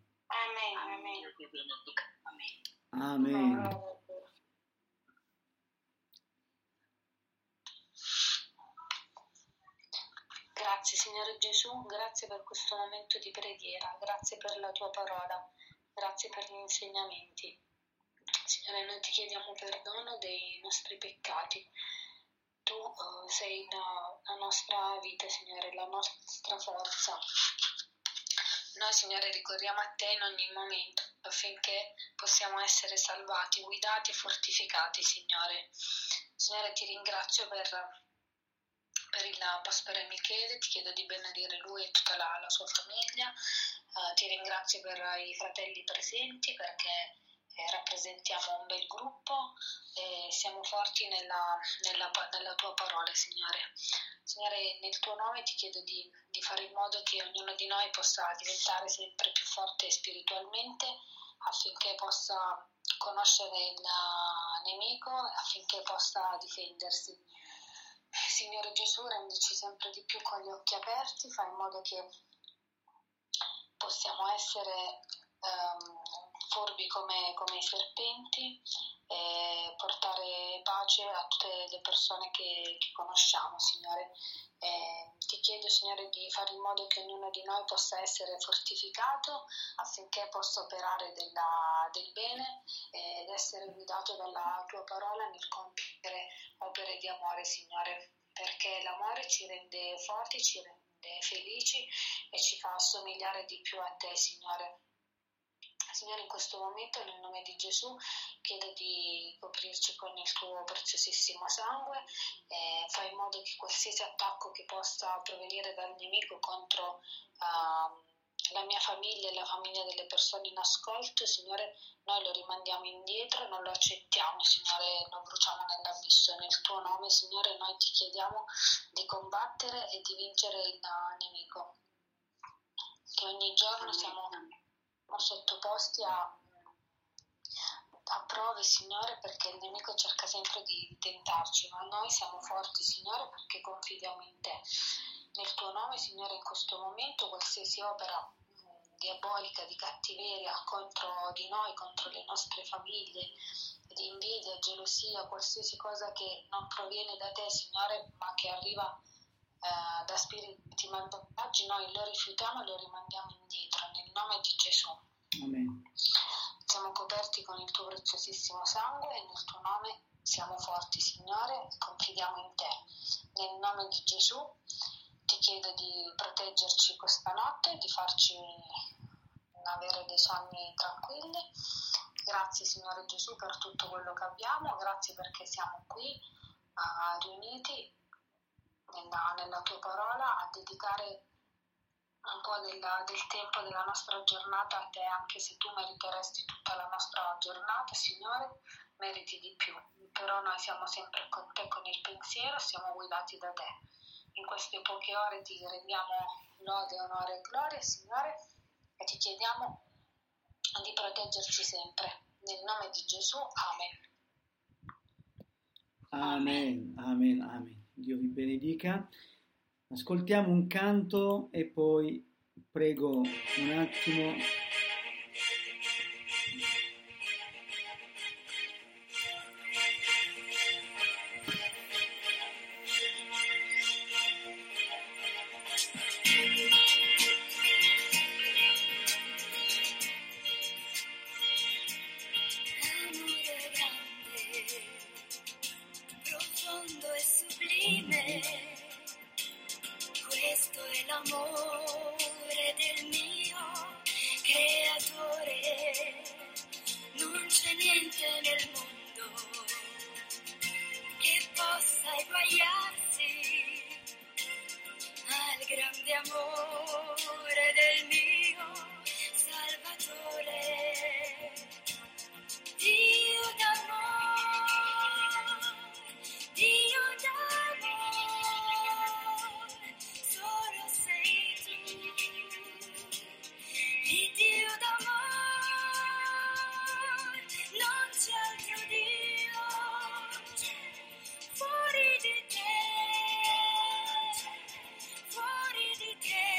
Amen. Amen. Amen. Dio vi benedica. Amen. Amen. Grazie Signore Gesù, grazie per questo momento di preghiera, grazie per la tua parola, grazie per gli insegnamenti. Signore, noi ti chiediamo perdono dei nostri peccati. Tu uh, sei la, la nostra vita, Signore, la nostra forza. Noi, Signore, ricorriamo a te in ogni momento affinché possiamo essere salvati, guidati e fortificati, Signore. Signore, ti ringrazio per, per il pastore Michele, ti chiedo di benedire lui e tutta la, la sua famiglia. Uh, ti ringrazio per i fratelli presenti perché Eh, rappresentiamo un bel gruppo e siamo forti nella, nella, nella tua parola, Signore. Signore, nel tuo nome ti chiedo di, di fare in modo che ognuno di noi possa diventare sempre più forte spiritualmente affinché possa conoscere il nemico, affinché possa difendersi. Signore Gesù, rendici sempre di più con gli occhi aperti, fai in modo che possiamo essere um, furbi come, come i serpenti e portare pace a tutte le persone che, che conosciamo, Signore. E ti chiedo, Signore, di fare in modo che ognuno di noi possa essere fortificato affinché possa operare della, del bene ed essere guidato dalla tua parola nel compiere opere di amore, Signore, perché l'amore ci rende forti, ci rende rende felici e ci fa assomigliare di più a te, Signore. Signore, in questo momento, nel nome di Gesù, chiedo di coprirci con il tuo preziosissimo sangue e fai in modo che qualsiasi attacco che possa provenire dal nemico contro uh, la mia famiglia e la famiglia delle persone in ascolto, Signore, noi lo rimandiamo indietro, non lo accettiamo, Signore, lo bruciamo nell'abisso. Nel tuo nome, Signore, noi ti chiediamo di combattere e di vincere il nemico. Che ogni giorno siamo sottoposti a, a prove, Signore, perché il nemico cerca sempre di tentarci, ma noi siamo forti, Signore, perché confidiamo in te. Nel tuo nome, Signore, in questo momento qualsiasi opera diabolica di cattiveria contro di noi, contro le nostre famiglie, di invidia, gelosia, qualsiasi cosa che non proviene da te, Signore, ma che arriva eh, da spiriti malvagi, noi lo rifiutiamo e lo rimandiamo indietro nel nome di Gesù. Amen. Siamo coperti con il tuo preziosissimo sangue e nel tuo nome siamo forti, Signore, e confidiamo in te. Nel nome di Gesù ti chiedo di proteggerci questa notte, di farci avere dei sonni tranquilli. Grazie, Signore Gesù, per tutto quello che abbiamo, grazie perché siamo qui uh, riuniti nella, nella tua parola a dedicare un po' della, del tempo della nostra giornata a te, anche se tu meriteresti tutta la nostra giornata, Signore, meriti di più, però noi siamo sempre con te, con il pensiero, siamo guidati da te. In queste poche ore ti rendiamo lode, onore e gloria, Signore, e ti chiediamo di proteggerci sempre. Nel nome di Gesù, amen. Amen, amen, amen. Dio vi benedica. Ascoltiamo un canto e poi prego un attimo. Fuori di te,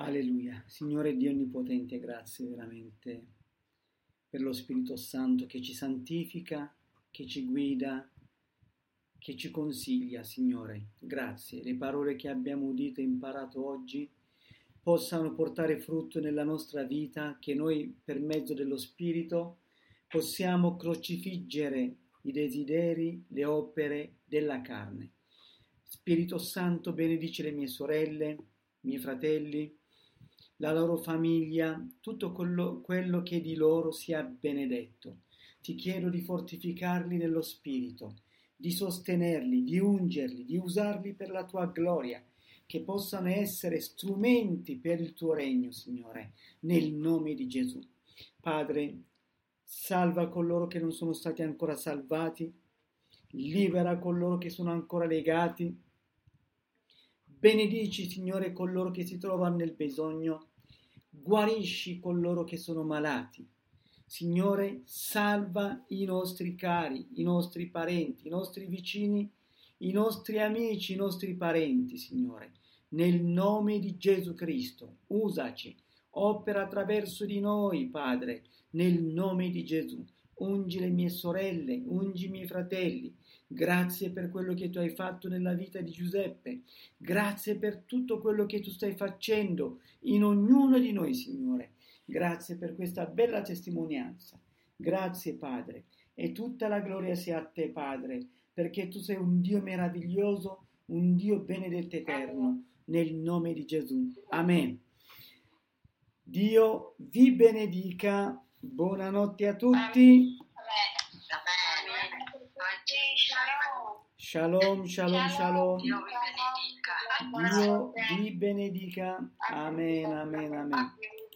Alleluia. Signore Dio Onnipotente, grazie veramente per lo Spirito Santo che ci santifica, che ci guida, che ci consiglia, Signore. Grazie. Le parole che abbiamo udito e imparato oggi possano portare frutto nella nostra vita, che noi per mezzo dello Spirito possiamo crocifiggere i desideri, le opere della carne. Spirito Santo, benedice le mie sorelle, i miei fratelli, la loro famiglia, tutto quello, quello che di loro sia benedetto. Ti chiedo di fortificarli nello Spirito, di sostenerli, di ungerli, di usarli per la tua gloria, che possano essere strumenti per il tuo regno, Signore, nel nome di Gesù. Padre, salva coloro che non sono stati ancora salvati, libera coloro che sono ancora legati, benedici, Signore, coloro che si trovano nel bisogno, guarisci coloro che sono malati. Signore, salva i nostri cari, i nostri parenti, i nostri vicini, i nostri amici, i nostri parenti, Signore. Nel nome di Gesù Cristo, usaci, opera attraverso di noi, Padre, nel nome di Gesù. Ungi le mie sorelle, ungi i miei fratelli. Grazie per quello che tu hai fatto nella vita di Giuseppe. Grazie per tutto quello che tu stai facendo in ognuno di noi, Signore. Grazie per questa bella testimonianza. Grazie, Padre. E tutta la gloria sia a te, Padre, perché tu sei un Dio meraviglioso, un Dio benedetto eterno, nel nome di Gesù. Amen. Dio vi benedica. Buonanotte a tutti. Shalom, shalom, shalom. Dio vi benedica. Dio vi benedica. Amen, amen, amen.